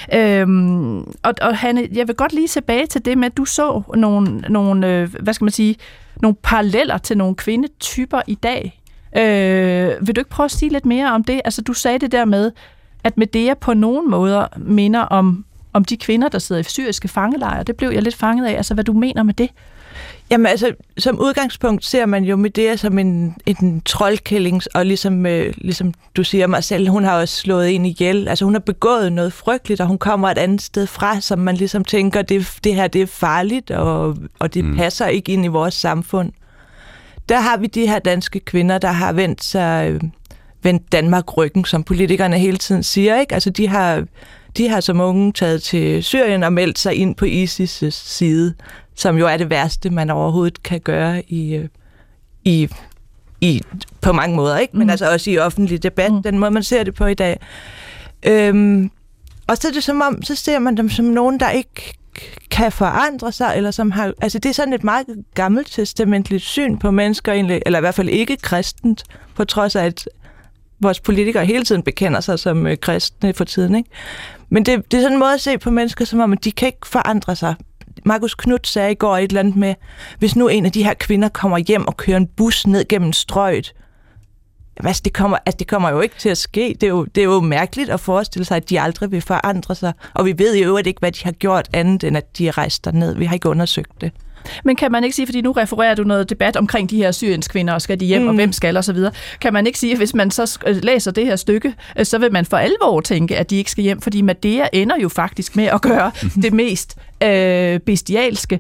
[SPEAKER 2] Og Hanne, jeg vil godt lige tilbage til det med, at du så nogle hvad skal man sige, nogle paralleller til nogle kvindetyper i dag. Vil du ikke prøve at sige lidt mere om det? Altså, du sagde det der med, at Medea på nogen måder minder om de kvinder, der sidder i syriske fangelejre. Det blev jeg lidt fanget af. Altså, hvad du mener med det?
[SPEAKER 3] Jamen altså, som udgangspunkt ser man jo Medea som en troldkælling, og ligesom du siger mig selv, hun har også slået en ihjel. Altså, hun har begået noget frygteligt, og hun kommer et andet sted fra, som man ligesom tænker, det her det er farligt, og det passer ikke ind i vores samfund. Der har vi de her danske kvinder, der har vendt Danmark ryggen, som politikerne hele tiden siger, ikke? Altså, de har som unge taget til Syrien og meldt sig ind på ISIS' side, som jo er det værste, man overhovedet kan gøre i på mange måder, ikke? Men altså også i offentlig debat, den måde, man ser det på i dag. Og så er det som om, så ser man dem som nogen, der ikke kan forandre sig, eller som har... Altså, det er sådan et meget gammeltestamentligt syn på mennesker, egentlig, eller i hvert fald ikke kristent, på trods af, at vores politikere hele tiden bekender sig som kristne for tiden, ikke? Men det er sådan en måde at se på mennesker, som om, at de kan ikke forandre sig. Marcus Knudt sagde i går et eller andet med, hvis nu en af de her kvinder kommer hjem og kører en bus ned gennem strøget, altså det kommer jo ikke til at ske. Det er jo mærkeligt at forestille sig, at de aldrig vil forandre sig. Og vi ved jo ikke, hvad de har gjort andet, end at de er rejst derned. Vi har ikke undersøgt det.
[SPEAKER 2] Men kan man ikke sige, fordi nu refererer du noget debat omkring de her syrienskvinder, og skal de hjem, og hvem skal, og så videre. Kan man ikke sige, at hvis man så læser det her stykke, så vil man for alvor tænke, at de ikke skal hjem, fordi Medea ender jo faktisk med at gøre det mest bestialske,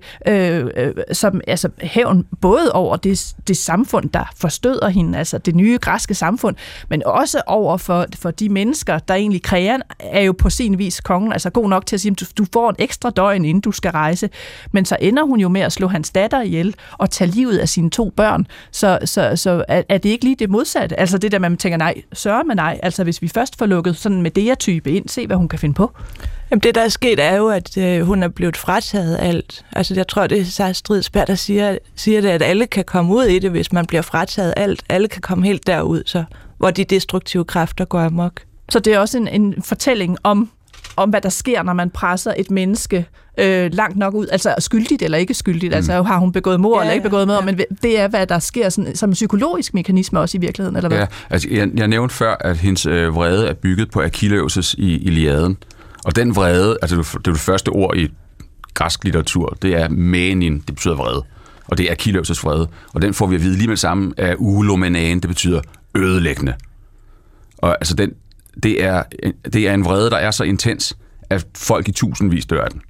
[SPEAKER 2] som altså hævn både over det samfund, der forstøder hende, altså det nye græske samfund, men også over for de mennesker, der egentlig kræver, er jo på sin vis kongen, altså god nok til at sige, at du får en ekstra døgn, inden du skal rejse, men så ender hun jo med at slå hans datter ihjel og tage livet af sine 2 børn, så er det ikke lige det modsatte? Altså det der, man tænker, nej, sørge med nej, altså hvis vi først får lukket sådan en Medea-type ind, se hvad hun kan finde på.
[SPEAKER 3] Jamen det, der er sket, er jo, at hun er blevet frataget alt. Altså jeg tror, det er Sara Stridsberg, der siger det, at alle kan komme ud i det, hvis man bliver frataget alt. Alle kan komme helt derud, så, hvor de destruktive kræfter går amok.
[SPEAKER 2] Så det er også en fortælling om, hvad der sker, når man presser et menneske langt nok ud, altså skyldigt eller ikke skyldigt, altså har hun begået mord eller ikke begået mord, men det er, hvad der sker sådan, som en psykologisk mekanisme også i virkeligheden, eller hvad?
[SPEAKER 4] Ja, altså jeg nævnte før, at hendes vrede er bygget på Achilleus' i Iliaden, og den vrede, altså det er det første ord i græsk litteratur, det er menin, det betyder vrede, og det er Achilleus' vrede, og den får vi at vide lige med det samme af ulomenaen, det betyder ødelæggende. Og altså det er en vrede, der er så intens, at folk i tusindvis dør af den.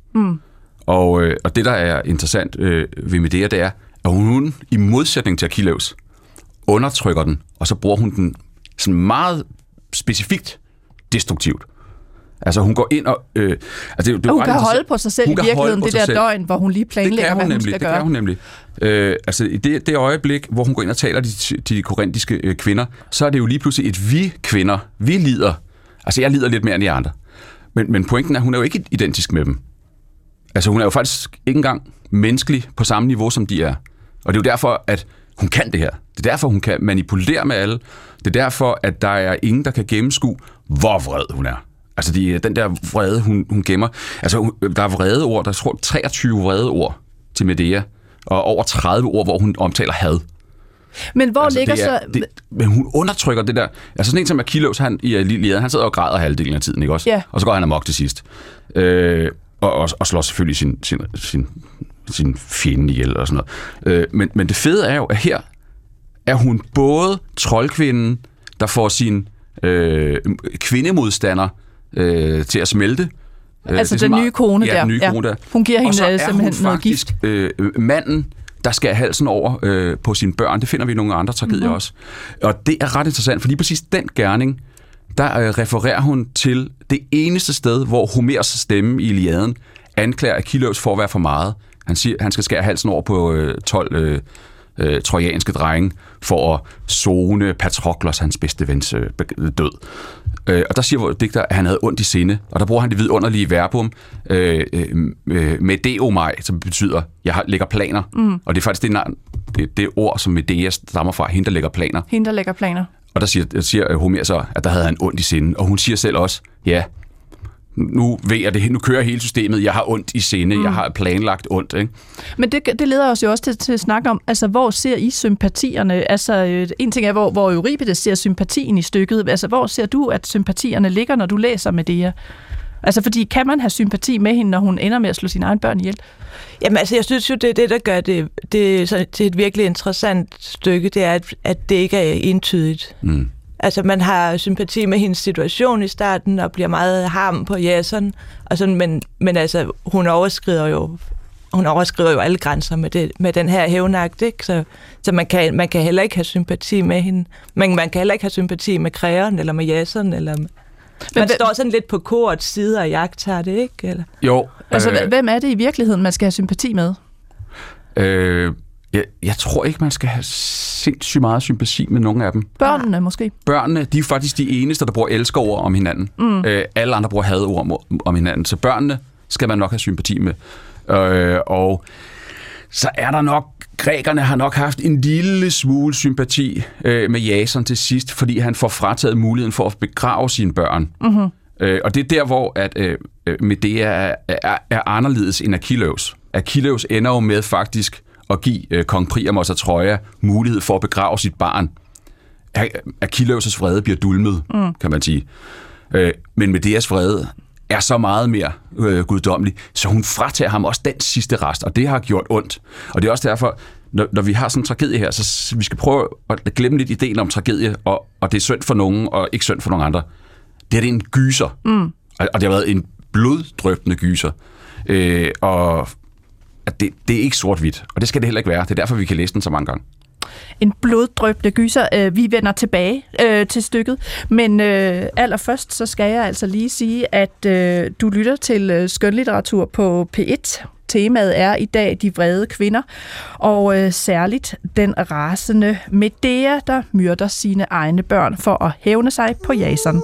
[SPEAKER 4] Og det, der er interessant ved Medea, det er, at hun i modsætning til Achilleus undertrykker den, og så bruger hun den sådan meget specifikt destruktivt. Altså hun går ind og...
[SPEAKER 2] hun kan holde på sig selv i virkeligheden, det der døgn, hvor hun lige planlægger, hvad hun skal gøre.
[SPEAKER 4] Det kan hun nemlig. Altså i det øjeblik, hvor hun går ind og taler de korintiske kvinder, så er det jo lige pludselig et vi-kvinder. Vi lider. Altså jeg lider lidt mere end de andre. Men pointen er, at hun er jo ikke identisk med dem. Altså hun er jo faktisk ikke engang menneskelig på samme niveau, som de er. Og det er jo derfor, at hun kan det her. Det er derfor, hun kan manipulere med alle. Det er derfor, at der er ingen, der kan gennemskue, hvor vred hun er. Altså den der vrede, hun gemmer. Altså der er vrede ord, der er 23 vrede ord til Medea, og over 30 ord, hvor hun omtaler had.
[SPEAKER 2] Men hvor ligger så...
[SPEAKER 4] Men hun undertrykker det der... Altså sådan en som Achilleus, han sidder og græder halvdelen af tiden, ikke også?
[SPEAKER 2] Ja.
[SPEAKER 4] Og så går han amok til sidst. Og slår selvfølgelig sin fjende ihjel og sådan noget. Men det fede er jo, at her er hun både troldkvinden, der får sin kvindemodstander til at smelte.
[SPEAKER 2] Altså den nye kone der.
[SPEAKER 4] Ja, den nye kone der.
[SPEAKER 2] Hun giver hende simpelthen noget gift.
[SPEAKER 4] Manden, der skal have halsen over på sine børn, det finder vi i nogle andre tragedier også. Og det er ret interessant, for lige præcis den gerning, der refererer hun til det eneste sted, hvor Homers stemme i Iliaden anklager Achilleus for at være for meget. Han siger, han skal skære halsen over på 12 trojanske drenge for at zone Patroklos, hans bedste vens død. Og der siger digter, at han havde ondt i sinde, og der bruger han det vidunderlige verbum medeomai, som betyder, jeg lægger planer. Og det er faktisk det ord, som Medea stammer fra, hende, der lægger planer.
[SPEAKER 2] Hende, der lægger planer.
[SPEAKER 4] Og der siger Homer så, at der havde han ondt i sinde. Og hun siger selv også, ja, nu ved jeg det, nu kører hele systemet, jeg har ondt i sinde, jeg har planlagt ondt. Ikke?
[SPEAKER 2] Men det leder os jo også til at snakke om, altså hvor ser I sympatierne? Altså en ting er, hvor Euripides ser sympatien i stykket. Altså hvor ser du, at sympatierne ligger, når du læser Medea? Altså fordi kan man have sympati med hende, når hun ender med at slå sine egne børn ihjel?
[SPEAKER 3] Jamen altså, jeg synes jo, det er det, der gør det til et virkelig interessant stykke, det er, at det ikke er entydigt. Altså, man har sympati med hendes situation i starten, og bliver meget harm på Jason, og sådan, men altså, hun overskrider jo alle grænser med den her hævnagt, ikke? Så man kan heller ikke have sympati med hende. Men man kan heller ikke have sympati med Kreon, eller med Jason, eller... Man står sådan lidt på korets side og jagter det, ikke? Eller?
[SPEAKER 4] Jo.
[SPEAKER 2] Altså, hvem er det i virkeligheden, man skal have sympati med?
[SPEAKER 4] Jeg tror ikke, man skal have sindssygt meget sympati med nogen af dem.
[SPEAKER 2] Børnene måske?
[SPEAKER 4] Børnene, de er faktisk de eneste, der bruger elskerord om hinanden. Alle andre bruger hadord om hinanden. Så børnene skal man nok have sympati med. Og så er der nok, grækerne har nok haft en lille smule sympati med Jason til sidst, fordi han får frataget muligheden for at begrave sine børn. Og det er der, hvor at Medea er anderledes end Achilleus. Achilleus ender jo med faktisk at give kong Priamos af Troja mulighed for at begrave sit barn. Achilleus' vrede bliver dulmet, kan man sige. Men Medeas vrede er så meget mere guddommelig, så hun fratager ham også den sidste rest, og det har gjort ondt. Og det er også derfor, når vi har sådan en tragedie her, så vi skal prøve at glemme lidt ideen om tragedie, og det er synd for nogen, og ikke synd for nogen andre. Det er en gyser, og det har været en bloddrøbende gyser. Og at det er ikke sort-hvidt, og det skal det heller ikke være. Det er derfor, vi kan læse den så mange gange.
[SPEAKER 2] En bloddrøbende gyser. Vi vender tilbage til stykket, men allerførst så skal jeg altså lige sige, at du lytter til skønlitteratur på P1. Temaet er i dag de vrede kvinder, og særligt den rasende Medea, der myrder sine egne børn for at hævne sig på Jason.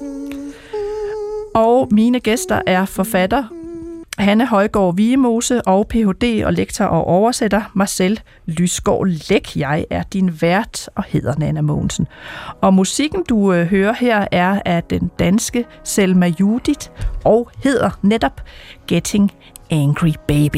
[SPEAKER 2] Og mine gæster er forfatter Hanne Højgaard Vigemose og Ph.D. og lektor og oversætter Marcel Lysgaard Læk. Jeg er din vært og hedder Nanna Mogensen. Og musikken, du hører her, er af den danske Selma Judith og hedder netop Getting Angry Baby.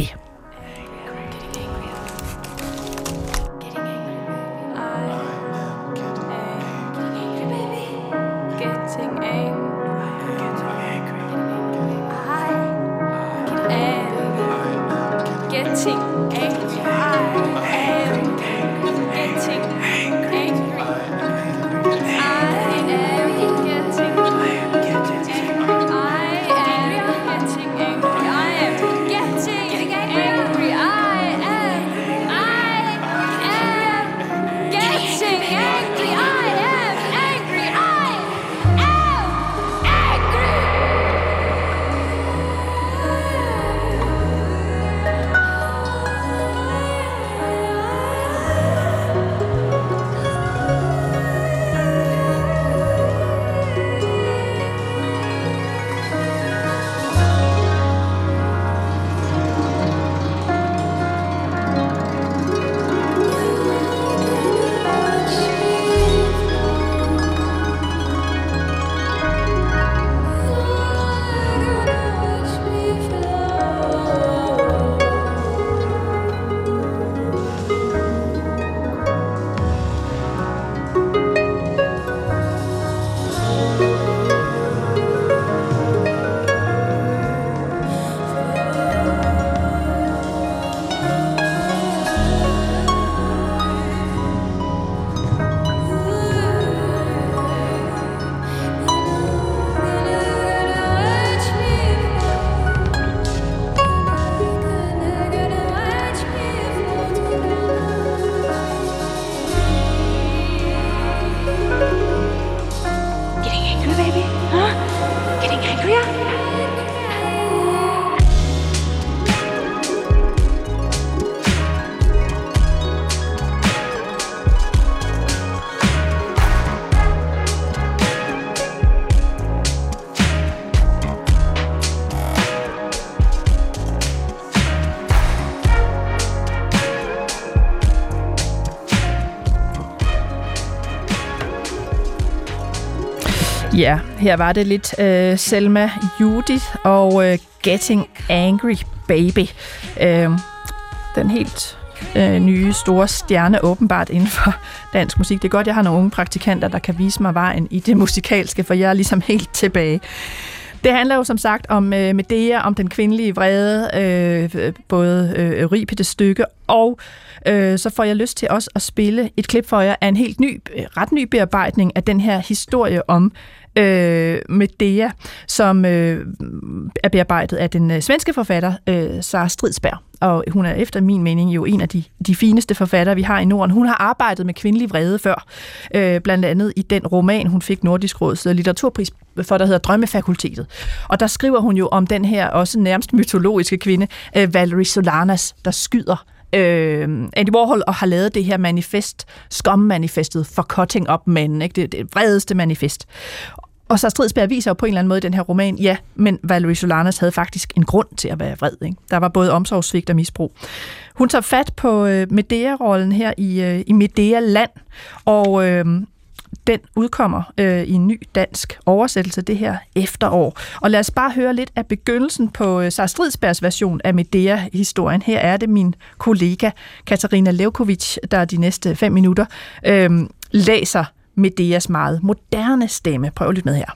[SPEAKER 2] Ja, her var det lidt Selma Judith og Getting Angry Baby. Den helt nye store stjerne åbenbart inden for dansk musik. Det er godt, jeg har nogle unge praktikanter, der kan vise mig vejen i det musikalske, for jeg er ligesom helt tilbage. Det handler jo som sagt om Medea, om den kvindelige vrede, både Euripides stykke, og så får jeg lyst til også at spille et klip for jer af en helt ret ny bearbejdning af den her historie om Medea, som er bearbejdet af den svenske forfatter Sara Stridsberg. Og hun er efter min mening jo en af de fineste forfattere, vi har i Norden. Hun har arbejdet med kvindelig vrede før, blandt andet i den roman, hun fik Nordisk Råds litteraturpris for, der hedder Drømmefakultetet. Og der skriver hun jo om den her også nærmest mytologiske kvinde, Valerie Solanas, der skyder Andy Warhol og har lavet det her manifest, skummanifestet for Cutting Up Men, ikke? Det vredeste manifest. Og så Stridsberg viser jo på en eller anden måde i den her roman, ja, men Valerie Solanas havde faktisk en grund til at være vred. Ikke? Der var både omsorgssvigt og misbrug. Hun tager fat på Medea-rollen her i Medea-land, og den udkommer i en ny dansk oversættelse det her efterår. Og lad os bare høre lidt af begyndelsen på Sara Stridsbergs version af Medea-historien. Her er det min kollega Katarina Levkovic, der de næste 5 minutter læser Medeas meget moderne stemme. Prøv at lytte med her.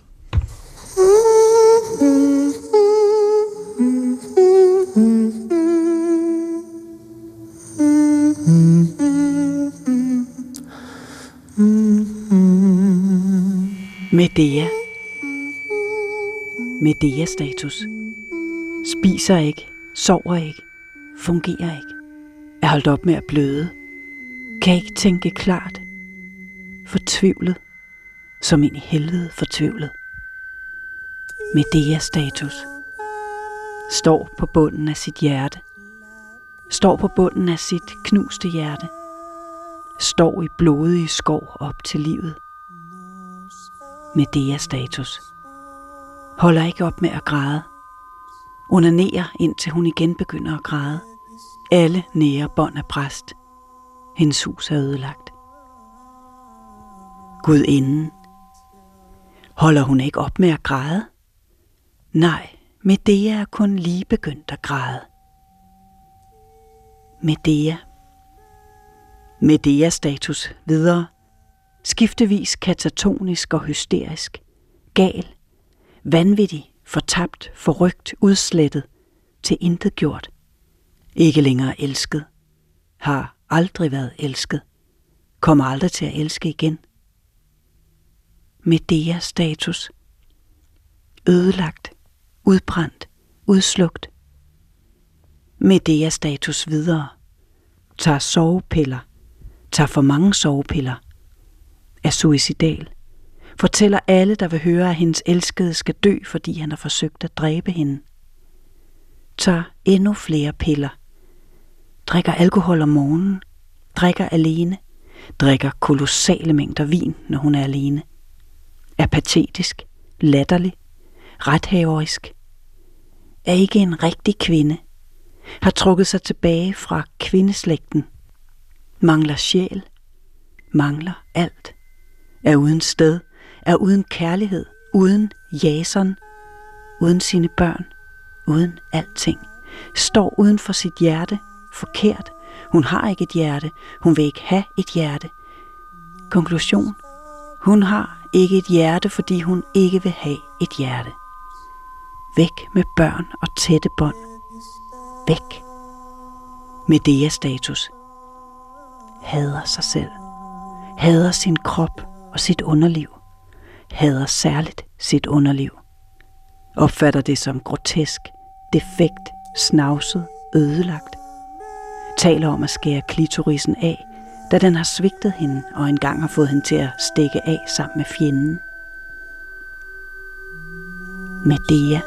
[SPEAKER 5] Medea. Medea-status. Spiser ikke, sover ikke, fungerer ikke. Er holdt op med at bløde. Kan ikke tænke klart. Fortvivlet. Som ind i helvede fortvivlet. Medea-status. Står på bunden af sit hjerte. Står på bunden af sit knuste hjerte. Står i blodige skov op til livet. Medea-status. Holder ikke op med at græde. Onanerer indtil hun igen begynder at græde. Alle nære bånd er bræst. Hendes hus er ødelagt. Gudinden. Holder hun ikke op med at græde? Nej, Medea er kun lige begyndt at græde. Medea. Medea-status videre. Skiftevis katatonisk og hysterisk. Gal. Vanvittig. Fortabt. Forrygt. Udslettet. Til intet gjort. Ikke længere elsket. Har aldrig været elsket. Kommer aldrig til at elske igen. Medea-status. Ødelagt. Udbrændt. Udslugt. Medea-status videre. Tager sovepiller. Tager for mange sovepiller. Er suicidal. Fortæller alle, der vil høre, at hendes elskede skal dø, fordi han har forsøgt at dræbe hende. Tager endnu flere piller. Drikker alkohol om morgenen. Drikker alene. Drikker kolossale mængder vin, når hun er alene. Er patetisk. Latterlig. Rethaverisk. Er ikke en rigtig kvinde. Har trukket sig tilbage fra kvindeslægten. Mangler sjæl. Mangler alt. Er uden sted. Er uden kærlighed. Uden Jason. Uden sine børn. Uden alting. Står uden for sit hjerte. Forkert. Hun har ikke et hjerte. Hun vil ikke have et hjerte. Konklusion. Hun har ikke et hjerte, fordi hun ikke vil have et hjerte. Væk med børn og tætte bånd. Væk. Medea-status. Hader sig selv. Hader sin krop og sit underliv. Hader særligt sit underliv. Opfatter det som grotesk, defekt, snavset, ødelagt. Taler om at skære klitorisen af, da den har svigtet hende og engang har fået hende til at stikke af sammen med fjenden. Medea.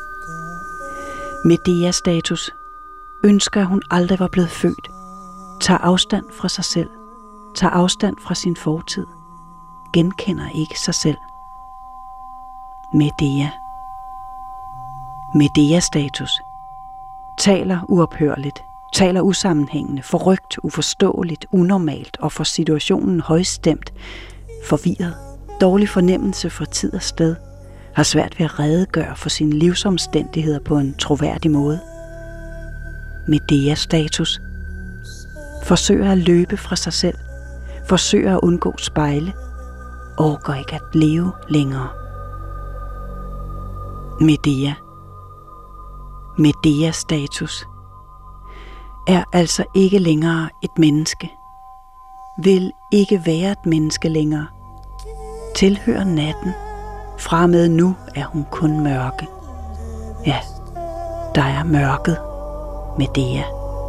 [SPEAKER 5] Medea-status. Ønsker, at hun aldrig var blevet født. Tager afstand fra sig selv. Tager afstand fra sin fortid. Genkender ikke sig selv. Medea. Medea-status. Taler uophørligt. Taler usammenhængende, forrygt, uforståeligt, unormalt og for situationen højstemt, forvirret, dårlig fornemmelse for tid og sted, har svært ved at redegøre for sine livsomstændigheder på en troværdig måde. Medea-status. Forsøger at løbe fra sig selv. Forsøger at undgå spejle. Orker ikke at leve længere. Medea. Medea-status. Er altså ikke længere et menneske. Vil ikke være et menneske længere. Tilhører natten. Fra med nu er hun kun mørke. Ja, der er mørket. Medea.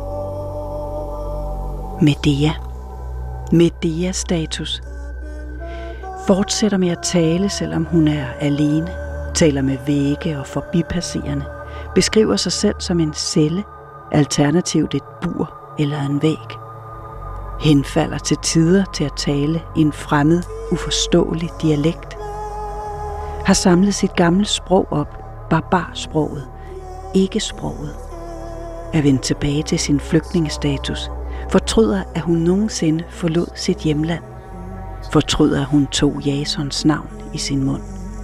[SPEAKER 5] Medea. Medea-status. Fortsætter med at tale, selvom hun er alene. Taler med vægge og forbipasserende. Beskriver sig selv som en celle, alternativt et bur eller en væg. Henfalder til tider til at tale i en fremmed, uforståelig dialekt. Har samlet sit gamle sprog op, barbarsproget, ikke-sproget. Er vendt tilbage til sin flygtningestatus. Fortryder, at hun nogensinde forlod sit hjemland. Fortryder, at hun tog Jasons navn i sin mund.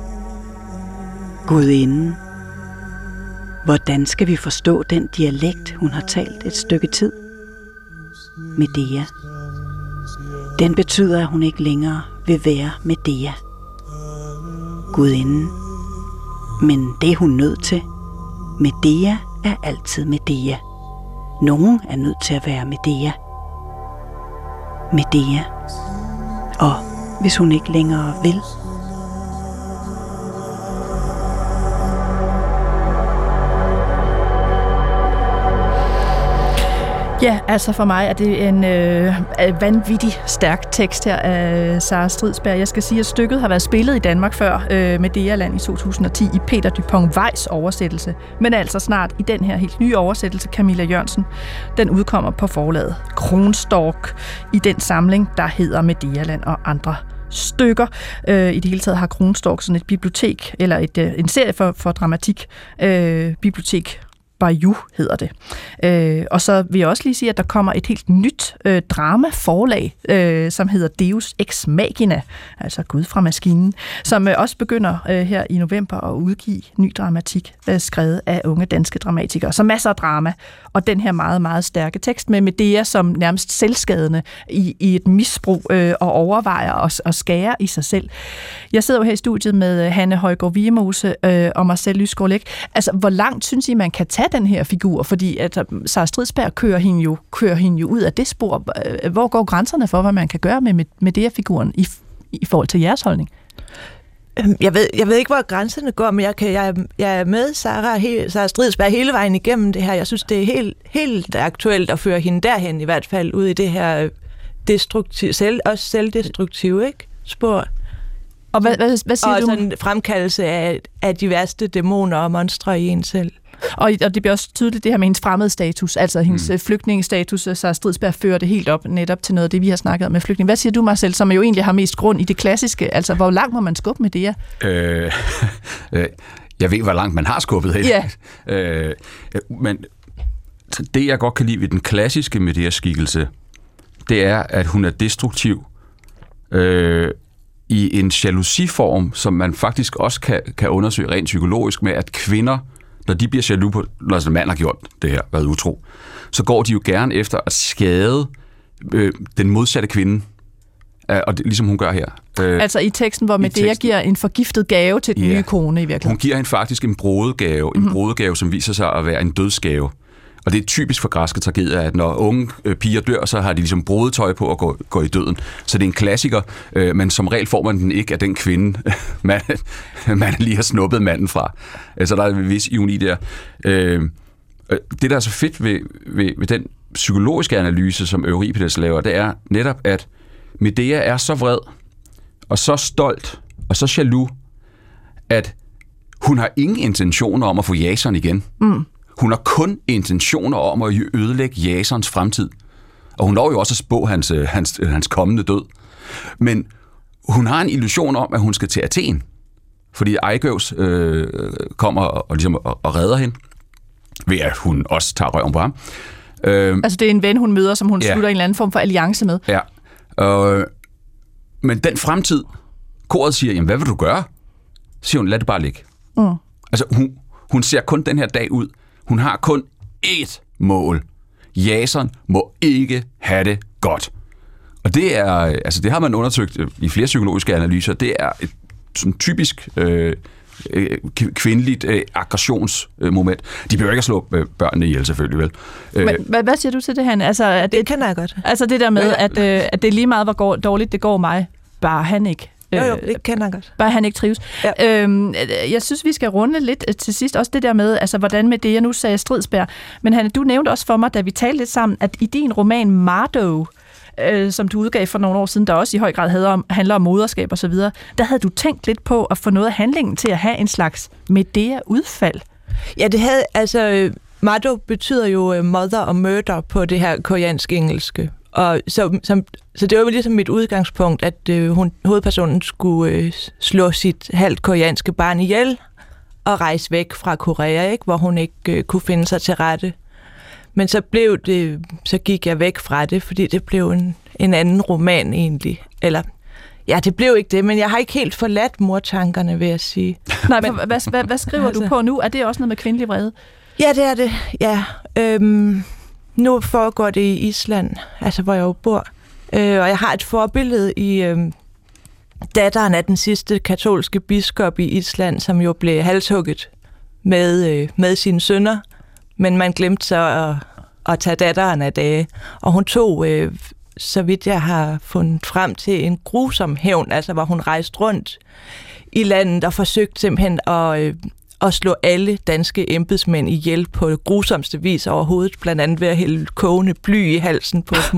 [SPEAKER 5] Gudinden. Hvordan skal vi forstå den dialekt, hun har talt et stykke tid? Medea. Den betyder, at hun ikke længere vil være Medea. Gudinden. Men det er hun nødt til. Medea er altid Medea. Nogen er nødt til at være Medea. Medea. Og hvis hun ikke længere vil.
[SPEAKER 2] Ja, altså for mig er det en vanvittig stærk tekst her af Sara Stridsberg. Jeg skal sige, at stykket har været spillet i Danmark før Medea-land i 2010 i Peter Dupont Weiss oversættelse, men altså snart i den her helt nye oversættelse, Camilla Jørgensen. Den udkommer på forlaget Kronstork i den samling, der hedder Medea-land og andre stykker. I det hele taget har Kronstork sådan et bibliotek, eller en serie for dramatik, bibliotek Bayou hedder det. Og så vil jeg også lige sige, at der kommer et helt nyt dramaforlag, som hedder Deus Ex Machina, altså Gud fra maskinen, som også begynder her i november at udgive ny dramatik, skrevet af unge danske dramatikere. Så masser af drama, og den her meget, meget stærke tekst med Medea som nærmest selvskadende i et misbrug og overvejer at skære i sig selv. Jeg sidder jo her i studiet med Hanne Højgaard-Viemose og Marcel Lysgaard Læk. Altså, hvor langt synes I, man kan tage den her figur? Fordi at Sara Stridsberg kører hende jo ud af det spor. Hvor går grænserne for, hvad man kan gøre med Medea-figuren i forhold til jeres holdning?
[SPEAKER 3] Jeg ved ikke, hvor grænserne går, men jeg er med Sara Stridsberg hele vejen igennem det her. Jeg synes, det er helt aktuelt at føre hende derhen, i hvert fald ud i det her også selvdestruktive, ikke? Spor.
[SPEAKER 2] Og hvad siger
[SPEAKER 3] og
[SPEAKER 2] du?
[SPEAKER 3] Og sådan en fremkaldelse af de værste dæmoner og monstre i en selv.
[SPEAKER 2] Og det bliver også tydeligt det her med hendes fremmedstatus, altså hendes flygtningestatus, så Stridsberg fører det helt op netop til noget af det, vi har snakket om med flygtning. Hvad siger du, Marcel, som jo egentlig har mest grund i det klassiske? Altså, hvor langt må man skubbe med det her?
[SPEAKER 4] Jeg ved, hvor langt man har skubbet hen.
[SPEAKER 2] Yeah.
[SPEAKER 4] Men det, jeg godt kan lide ved den klassiske Medea-skikkelse, det er, at hun er destruktiv i en jalousiform, som man faktisk også kan undersøge rent psykologisk med, at kvinder, når de bliver jaloux på, når en mand har gjort det her, været utro, så går de jo gerne efter at skade den modsatte kvinde, og det, ligesom hun gør her.
[SPEAKER 2] Altså i teksten, hvor Medea giver en forgiftet gave til den nye kone i virkeligheden.
[SPEAKER 4] Hun giver hende faktisk en brodegave, en brodegave, som viser sig at være en dødsgave. Og det er typisk for græske tragedier, at når unge piger dør, så har de ligesom brodetøj på at gå i døden. Så det er en klassiker, men som regel får man den ikke af den kvinde, man lige har snuppet manden fra. Så der er en vis ironi der. Det, der er så fedt ved den psykologiske analyse, som Euripides laver, det er netop, at Medea er så vred, og så stolt, og så jaloux, at hun har ingen intentioner om at få Jason igen. Hun har kun intentioner om at ødelægge Jasons fremtid. Og hun når jo også at spå hans kommende død. Men hun har en illusion om, at hun skal til Athen. Fordi Aigeus kommer og ligesom og redder hende, ved at hun også tager røven på ham.
[SPEAKER 2] Altså det er en ven, hun møder, som hun slutter en eller anden form for alliance med.
[SPEAKER 4] Ja. Men den fremtid, koret siger, jamen hvad vil du gøre? Så siger hun, lad det bare ligge. Altså hun ser kun den her dag ud. Hun har kun ét mål. Jason må ikke have det godt. Og det er, altså det har man undersøgt i flere psykologiske analyser. Det er et sådan typisk kvindeligt aggressionsmoment. De behøver ikke at slå børnene ihjel, selvfølgelig, vel?
[SPEAKER 2] Men hvad siger du til det, Hanne? Altså,
[SPEAKER 3] det kender jeg godt.
[SPEAKER 2] Altså det der med, at det er lige meget, hvor dårligt det går mig, bare han ikke.
[SPEAKER 3] Jo, det kender jeg godt.
[SPEAKER 2] Bare han ikke trives. Ja. Jeg synes, vi skal runde lidt til sidst. Også det der med, altså hvordan med det, jeg nu sagde Stridsberg. Men Hanne, du nævnte også for mig, da vi talte lidt sammen, at i din roman Mardo, som du udgav for nogle år siden, der også i høj grad handler om moderskab og så videre, der havde du tænkt lidt på at få noget af handlingen til at have en slags Medea-udfald.
[SPEAKER 3] Ja, det havde, altså, Mardo betyder jo mother og murder på det her koreansk-engelske. Og så det var jo ligesom mit udgangspunkt, at hovedpersonen skulle slå sit halvt koreanske barn ihjel og rejse væk fra Korea, ikke? Hvor hun ikke kunne finde sig til rette. Men så gik jeg væk fra det, fordi det blev en anden roman egentlig. Eller, ja, det blev ikke det, men jeg har ikke helt forladt mortankerne, vil jeg sige.
[SPEAKER 2] Nej, men hvad skriver du på nu? Er det også noget med kvindelig vrede?
[SPEAKER 3] Ja, det er det, ja. Nu foregår det i Island, altså hvor jeg jo bor. Og jeg har et forbillede i datteren af den sidste katolske biskop i Island, som jo blev halshugget med sine sønner. Men man glemte så at tage datteren af dage. Og hun tog, så vidt jeg har fundet frem til, en grusom hævn, altså hvor hun rejste rundt i landet og forsøgte simpelthen at slå alle danske embedsmænd ihjel på grusomste vis overhovedet, blandt andet ved at hælde kogende bly i halsen på dem.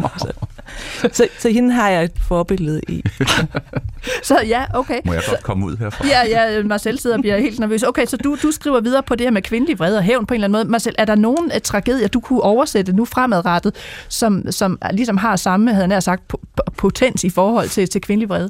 [SPEAKER 3] Så hende har jeg et forbillede i.
[SPEAKER 2] Så ja, okay.
[SPEAKER 4] Må jeg godt komme ud herfra?
[SPEAKER 2] Ja, Marcel sidder og bliver helt nervøs. Okay, så du skriver videre på det her med kvindelig vrede og hævn på en eller anden måde. Marcel, er der nogen tragedier, du kunne oversætte nu fremadrettet, som ligesom har samme, havde jeg nær sagt, potens i forhold til kvindelig vrede?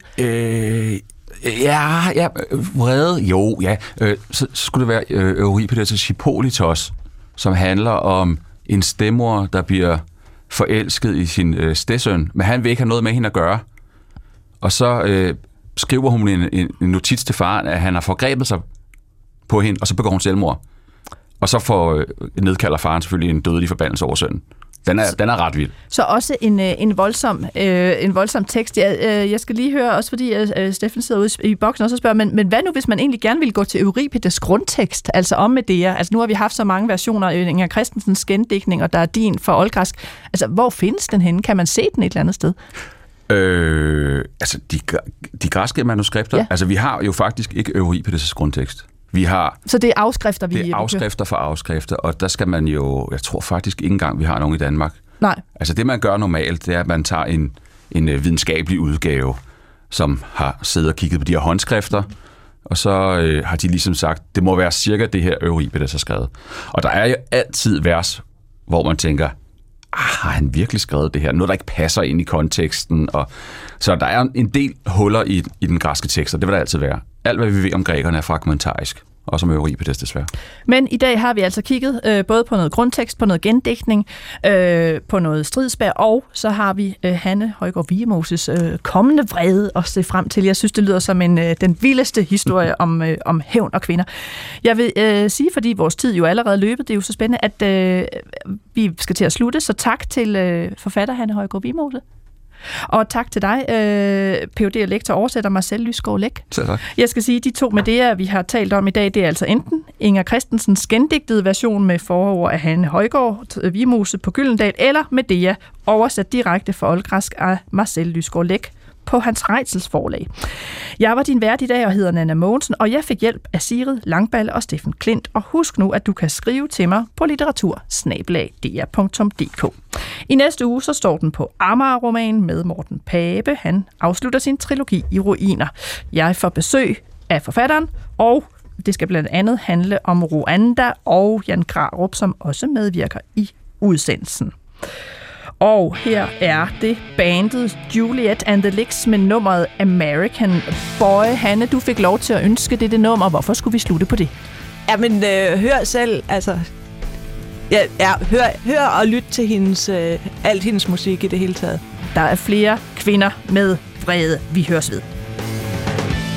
[SPEAKER 4] Ja, vrede, jo, ja. Så skulle det være Euripides' Hippolytos, som handler om en stedmor, der bliver forelsket i sin stedsøn, men han vil ikke have noget med hende at gøre. Og så skriver hun en notits til faren, at han har forgrebet sig på hende, og så begår hun selvmord. Og så nedkalder faren selvfølgelig en dødelig forbandelse over sønnen. Den er ret vild.
[SPEAKER 2] Så også en voldsom tekst. Jeg skal lige høre, også fordi Steffen sidder ude i boksen og så spørger, men hvad nu, hvis man egentlig gerne vil gå til Euripides grundtekst, altså om Medea? Altså nu har vi haft så mange versioner, Inger Christensens gendigtning, og der er din for oldgræsk. Altså hvor findes den henne? Kan man se den et eller andet sted?
[SPEAKER 4] Altså de græske manuskripter, altså vi har jo faktisk ikke Euripides' grundtekst.
[SPEAKER 2] Så det er afskrifter,
[SPEAKER 4] Det er afskrifter for afskrifter, og der skal man jo, jeg tror faktisk ikke engang, vi har nogen i Danmark.
[SPEAKER 2] Nej.
[SPEAKER 4] Altså det, man gør normalt, det er, at man tager en videnskabelig udgave, som har siddet og kigget på de her håndskrifter, og så har de ligesom sagt, det må være cirka det her Euripides har skrevet. Og der er jo altid vers, hvor man tænker, har han virkelig skrevet det her? Noget, der ikke passer ind i konteksten. Så der er en del huller i den græske tekst, og det vil der altid være. Alt, hvad vi ved om grækerne, er fragmentarisk. Også om Euripides, desværre.
[SPEAKER 2] Men i dag har vi altså kigget både på noget grundtekst, på noget gendigtning, på noget Stridsberg, og så har vi Hanne Højgaard Wigmoses kommende vrede at se frem til. Jeg synes, det lyder som den vildeste historie om hævn og kvinder. Jeg vil sige, fordi vores tid jo allerede løbet, det er jo så spændende, at vi skal til at slutte, så tak til forfatter Hanne Højgaard Wigmose. Og tak til dig, Ph.D. og lektor og oversætter Marcel Lysgaard Læk. Jeg skal sige, at de to Medea, vi har talt om i dag, det er altså enten Inger Christensens gendigtede version med forord af Hanne Højgaard Wigmose på Gyldendal, eller Medea, oversat direkte fra oldgræsk af Marcel Lysgaard Læk på Hans Reitzels forlag. Jeg var din vært i dag og hedder Nanna Mogensen, og jeg fik hjælp af Sigrid Langballe og Steffen Klint. Og husk nu, at du kan skrive til mig på litteratur@dr.dk. I næste uge så står den på Amager-roman med Morten Pape. Han afslutter sin trilogi i ruiner. Jeg får besøg af forfatteren, og det skal blandt andet handle om Rwanda og Jan Grarup, som også medvirker i udsendelsen. Og her er det bandet Juliet and the Licks med nummeret American Boy. Hanne, du fik lov til at ønske det nummer. Hvorfor skulle vi slutte på det?
[SPEAKER 3] Jamen, hør selv, altså. Ja, hør og lyt til alt hendes musik i det hele taget.
[SPEAKER 2] Der er flere kvinder med vrede. Vi høres ved.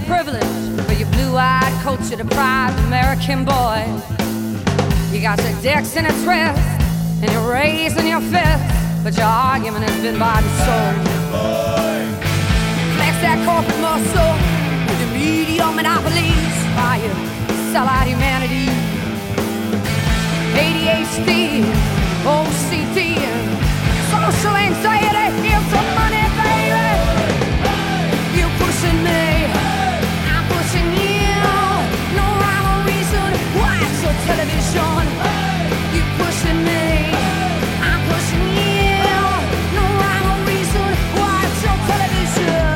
[SPEAKER 6] privilege for your blue-eyed, culture-deprived American boy. You got your dicks in a twist, and you're raising your fist, but your argument has been bought and sold. Flex that corporate muscle with your media monopolies, while you sell out humanity. ADHD, OCD, and social anxiety. Here's some money, baby. You pushing me, I'm pushing you. No rhyme or reason why it's your television. You pushing me, I'm pushing you. No rhyme or reason why it's your television.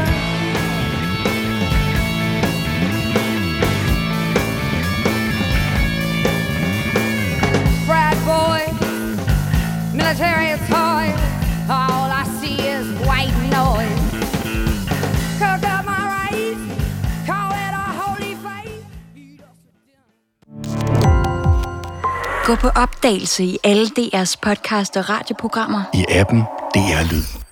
[SPEAKER 6] Frat boy, military is hard. All I see is white noise. Cook up my rice, call it a holy faith.
[SPEAKER 7] Gå på opdagelse i alle DR's podcast og radioprogrammer.
[SPEAKER 8] I appen DR Lyd.